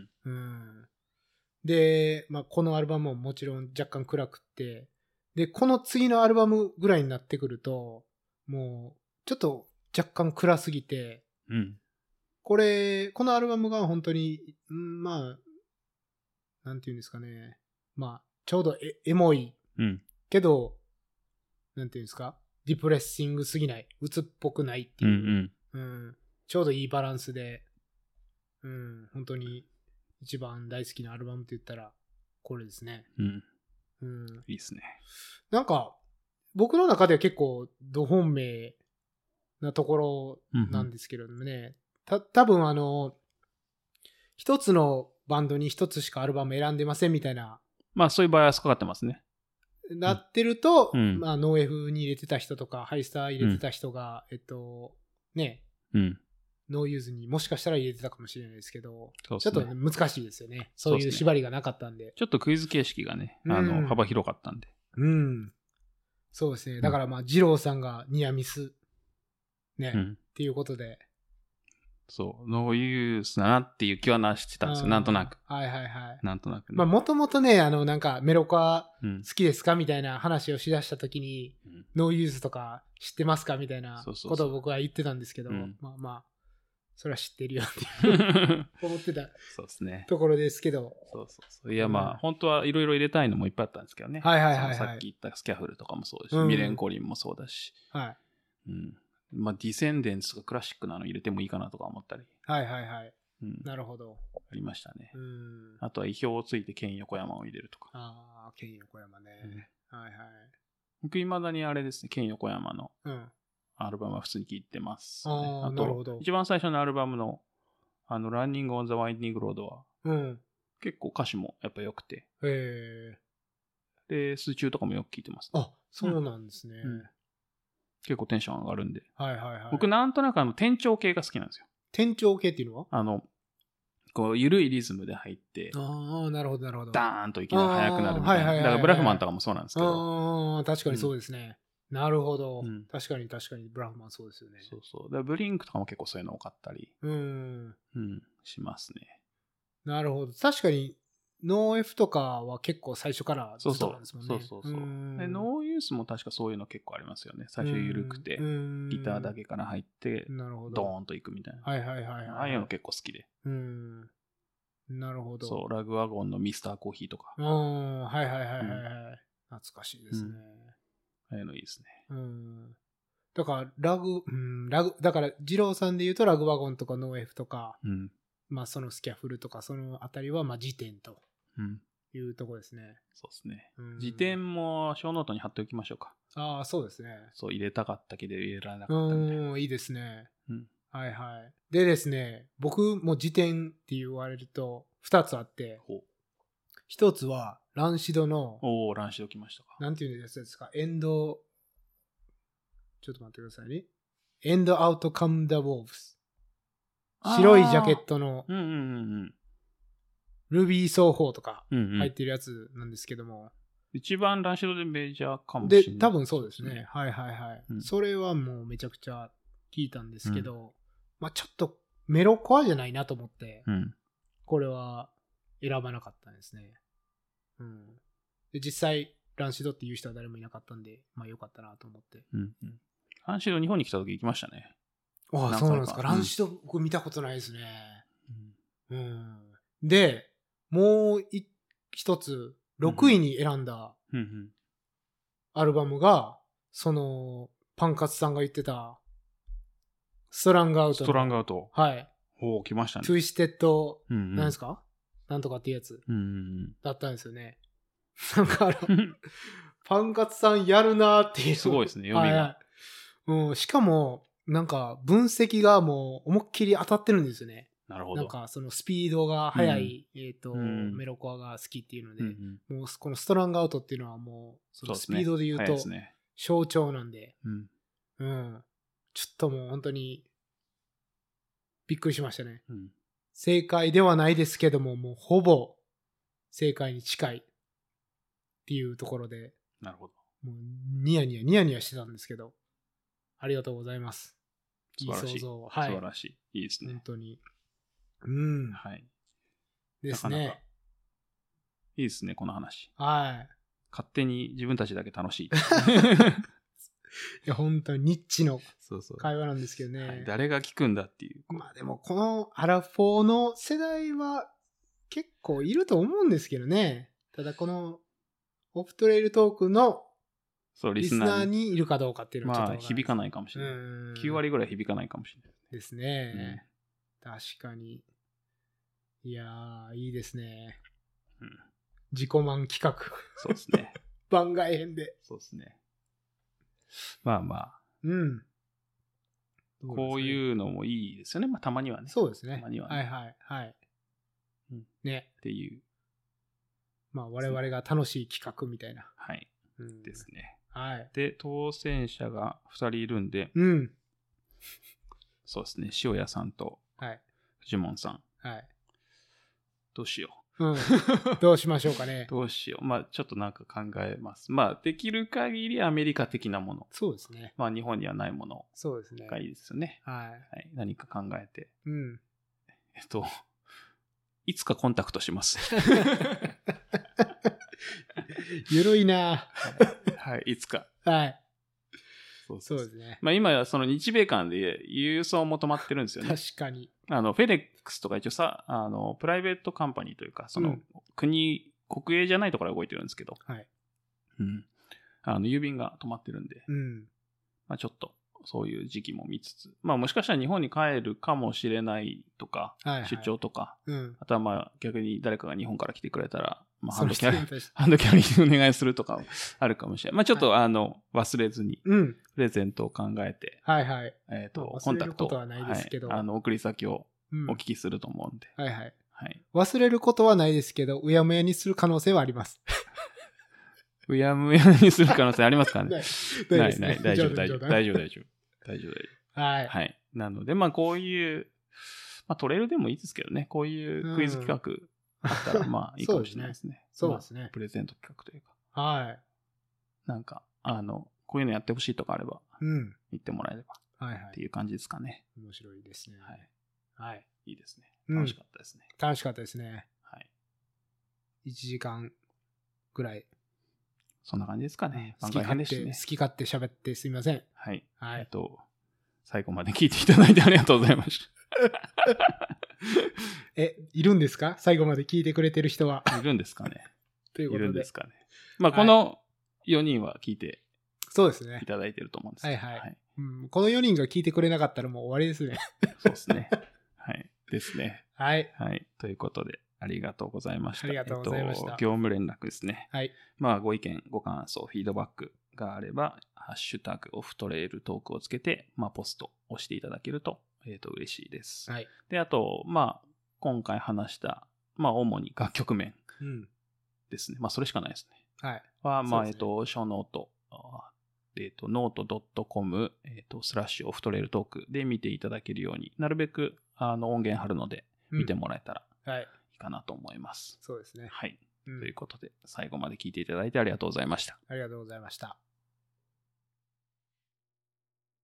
で、まあ、このアルバムももちろん若干暗くって、で、この次のアルバムぐらいになってくると、もう、ちょっと若干暗すぎて、このアルバムが本当に、まあ、なんていうんですかね、まあ、ちょうどエモい、けど、なんていうんですか、ディプレッシングすぎない、鬱っぽくないっていう、ちょうどいいバランスで、本当に一番大好きなアルバムって言ったら、これですね。
いいですね。
なんか、僕の中では結構、ど本命なところなんですけれどもね、多分一つのバンドに一つしかアルバム選んでませんみたいな。
まあそういうバイアスかかってますね。
なってると、まあノーエフに入れてた人とか、ハイスター入れてた人が、ね、ノーユーズにもしかしたら入れてたかもしれないですけど、ちょっと難しいですよね。そういう縛りがなかったんで。
ちょっとクイズ形式がね、幅広かったんで。
そうですね。だからまあ、二郎さんがニアミス、ね、っていうことで。
そう、ノーユースだなっていう気はしてたんですよ、なんとなく。なんとなくね。
まあ、もともとね、なんか、メロコア好きですかみたいな話をしだしたときに、ノーユースとか知ってますかみたいなことを僕は言ってたんですけど、まあ、それは知ってるよって思ってたところですけど。
いやまあ、本当はいろいろ入れたいのもいっぱいあったんですけどね。さっき言ったスキャフルとかもそうですし、ミレンコリンもそうだし。まあ、ディセンデンスとかクラシックなの入れてもいいかなとか思ったり。
なるほど。
ありましたね。あとは意表をついてケン横山を入れるとか。
ケン横山ね。
僕いまだにあれですね、ケン横山のアルバムは普通に聴いてます、ね。
あなるほど。
一番最初のアルバムの、Running on the Winding Road は、結構歌詞もやっぱ良くて。で、数中とかもよく聴いてます、
ね。あ、そうなんですね。
結構テンション上がるんで。
はいはいはい。
僕なんとなく転調系が好きなんですよ。
転調系っていうのは
こう、緩いリズムで入って、
ああ、なるほどなるほど。
ダーンといきなり速くなるみたいな。だからブラフマンとかもそうなんですけど。
ああ、確かにそうですね。なるほど。確かにブラフマンそうですよね。
そうそう。だからブリンクとかも結構そういうの多かったり。しますね。
なるほど。確かに、ノー F とかは結構最初からずっとなんですもんね。
そう。でノーユースも確かそういうの結構ありますよね。最初緩くて、ギターだけから入って、ドーンといくみたいな。
はいはいはい。
ああいうの結構好きで。
なるほど。
そう、ラグワゴンのミスターコーヒーとか。
はいはいはいはい。懐かしいですね。
ああいうのいいですね。
だからだから二郎さんで言うとラグワゴンとかノー F とか、まあそのスキャフルとかそのあたりはまあ辞典というとこですね。
そうですね。辞典も小ノートに貼っておきましょうか。
ああ、そうですね。
そう、入れたかったけど入れられなかったみたいな。
いいですね。はいはい。でですね、僕も辞典って言われると2つあって、1つはランシドの、
ランシド来ましたか。
なんていうやつですか、ちょっと待ってくださいね。End Out Come the Wolves。白いジャケットの、ルビー奏法とか入ってるやつなんですけども。
一番ランシドでメジャーかもしれない。
で、多分そうですね。はいはいはい。それはもうめちゃくちゃ聞いたんですけど、まあちょっとメロコアじゃないなと思って、これは選ばなかったんですね。で、実際、ランシドっていう人は誰もいなかったんで、まあよかったなと思って。
ランシド日本に来た時行きましたね。
ああ、そうなんですか。ランシド僕見たことないですね。で、もう一つ、6位に選んだアルバムが、その、パンカツさんが言ってた、ストラングアウト。
ストラングアウト。
はい。
来ましたね。
トゥイステッド、何ですかなんとかっていうやつ。だったんですよね。なんかパンカツさんやるなーっていう。
すごいですね、読みが。
しかも、なんか分析がもう思いっきり当たってるんですよね。
なるほど。
なんかそのスピードが速い、メロコアが好きっていうので、もうこのストラングアウトっていうのはもう、そのスピードで言うと象徴なんで、ちょっともう本当にびっくりしましたね。正解ではないですけども、もうほぼ正解に近いっていうところで、
なるほど。
もうニヤニヤしてたんですけど、ありがとうございます。
いい想像。はい。素晴らしい。いいですね。
本当に。
はい。
ですね。
なかなかいいですね、この話。
はい。
勝手に自分たちだけ楽しい。い
や、本当にニッチの会話なんですけどね。
はい、誰が聞くんだっていう。
まあでも、このアラフォーの世代は結構いると思うんですけどね。ただこのオフトレイルトークのリスナーにいるかどうかっていうのはちょっと、
まあ、響かないかもしれない。9割ぐらい響かないかもしれない。
ですね。確かに。いやー、いいですね。自己満企画。
そうですね。
番外編で。
そうですね。まあまあ。こういうのもいいですよね。まあたまにはね。
そうですね。
たまにはね。
はいはいはい。ね。
っていう。
まあ我々が楽しい企画みたいな。
はい。ですね。
はい。
で、当選者が2人いるんで、そうですね。塩谷さんとフジモンさん。
はい。
どうしよ
う。どうしましょうかね。
どうしよう。まあちょっとなんか考えます。まあできる限りアメリカ的なもの。
そうですね。
まあ日本にはないものがいいですよね。
はい。
何か考えて。いつかコンタクトします。
ゆるいな。
はい、いつか。
はい。
そう
ですね。
まあ今はその日米間で郵送も止まってるんですよね。
確かに。
フェデックスとか一応さ、プライベートカンパニーというか、その国営じゃないところが動いてるんですけど、
はい。
郵便が止まってるんで、まあちょっと、 そういう時期も見つつ、まあもしかしたら日本に帰るかもしれないとか、
はいはい、
出張とか、
うん、
あとはまあ逆に誰かが日本から来てくれたら、まあハンドキ
それ
ャリーお願いするとかあるかもしれない。まあちょっと忘れずに、
うん、
プレゼントを考えて、
はいはい。
コンタクトを、
忘れることはないですけど、
はい、送り先をお聞きすると思うんで。
はいはい。
はい。
忘れることはないですけど、うやむやにする可能性はあります。
うやむやにする可能性ありますかね。ない、大丈夫。
はい。
はい。なので、まあこういう、まあトレイルでもいいですけどね、こういうクイズ企画あったらまあいいかもしれないですね。
そうですね。
プレゼント企画というか。
はい。
なんか、こういうのやってほしいとかあれば、言ってもらえれば。
はいはい。
っていう感じですかね。
面白いですね。
はい。
はい。
いいですね。楽しかったですね。
楽しかったですね。
はい。
1時間ぐらい。
そんな感じですかね。
好き勝手喋ってすみません。
はい。
はい。
最後まで聞いていただいてありがとうございました。
いるんですか？最後まで聞いてくれてる人は。
いるんですかね。
ということで。
いるんですかね。まあ、この4人は聞いて、
そうですね。
いただいてると思うんですけど。
はいはい。この4人が聞いてくれなかったらもう終わりですね。
そうですね。はい。ですね。
はい。
はい。ということで、ありがとうございました。
ありがとうございました。
業務連絡ですね。
はい。
まあ、ご意見、ご感想、フィードバックがあれば、ハッシュタグオフトレイルトークをつけて、まあ、ポストをしていただけると、嬉しいです。
はい。
で、あと、まあ、今回話した、まあ、主に楽曲面ですね。まあ、それしかないですね。
はい。
は、まあ、ショーノート、note.com、/オフトレイルトークで見ていただけるように、なるべく、音源貼るので、見てもらえたらいいかなと思います。
そうですね。
はい。ということで、最後まで聞いていただいてありがとうございました。
ありがとうございました。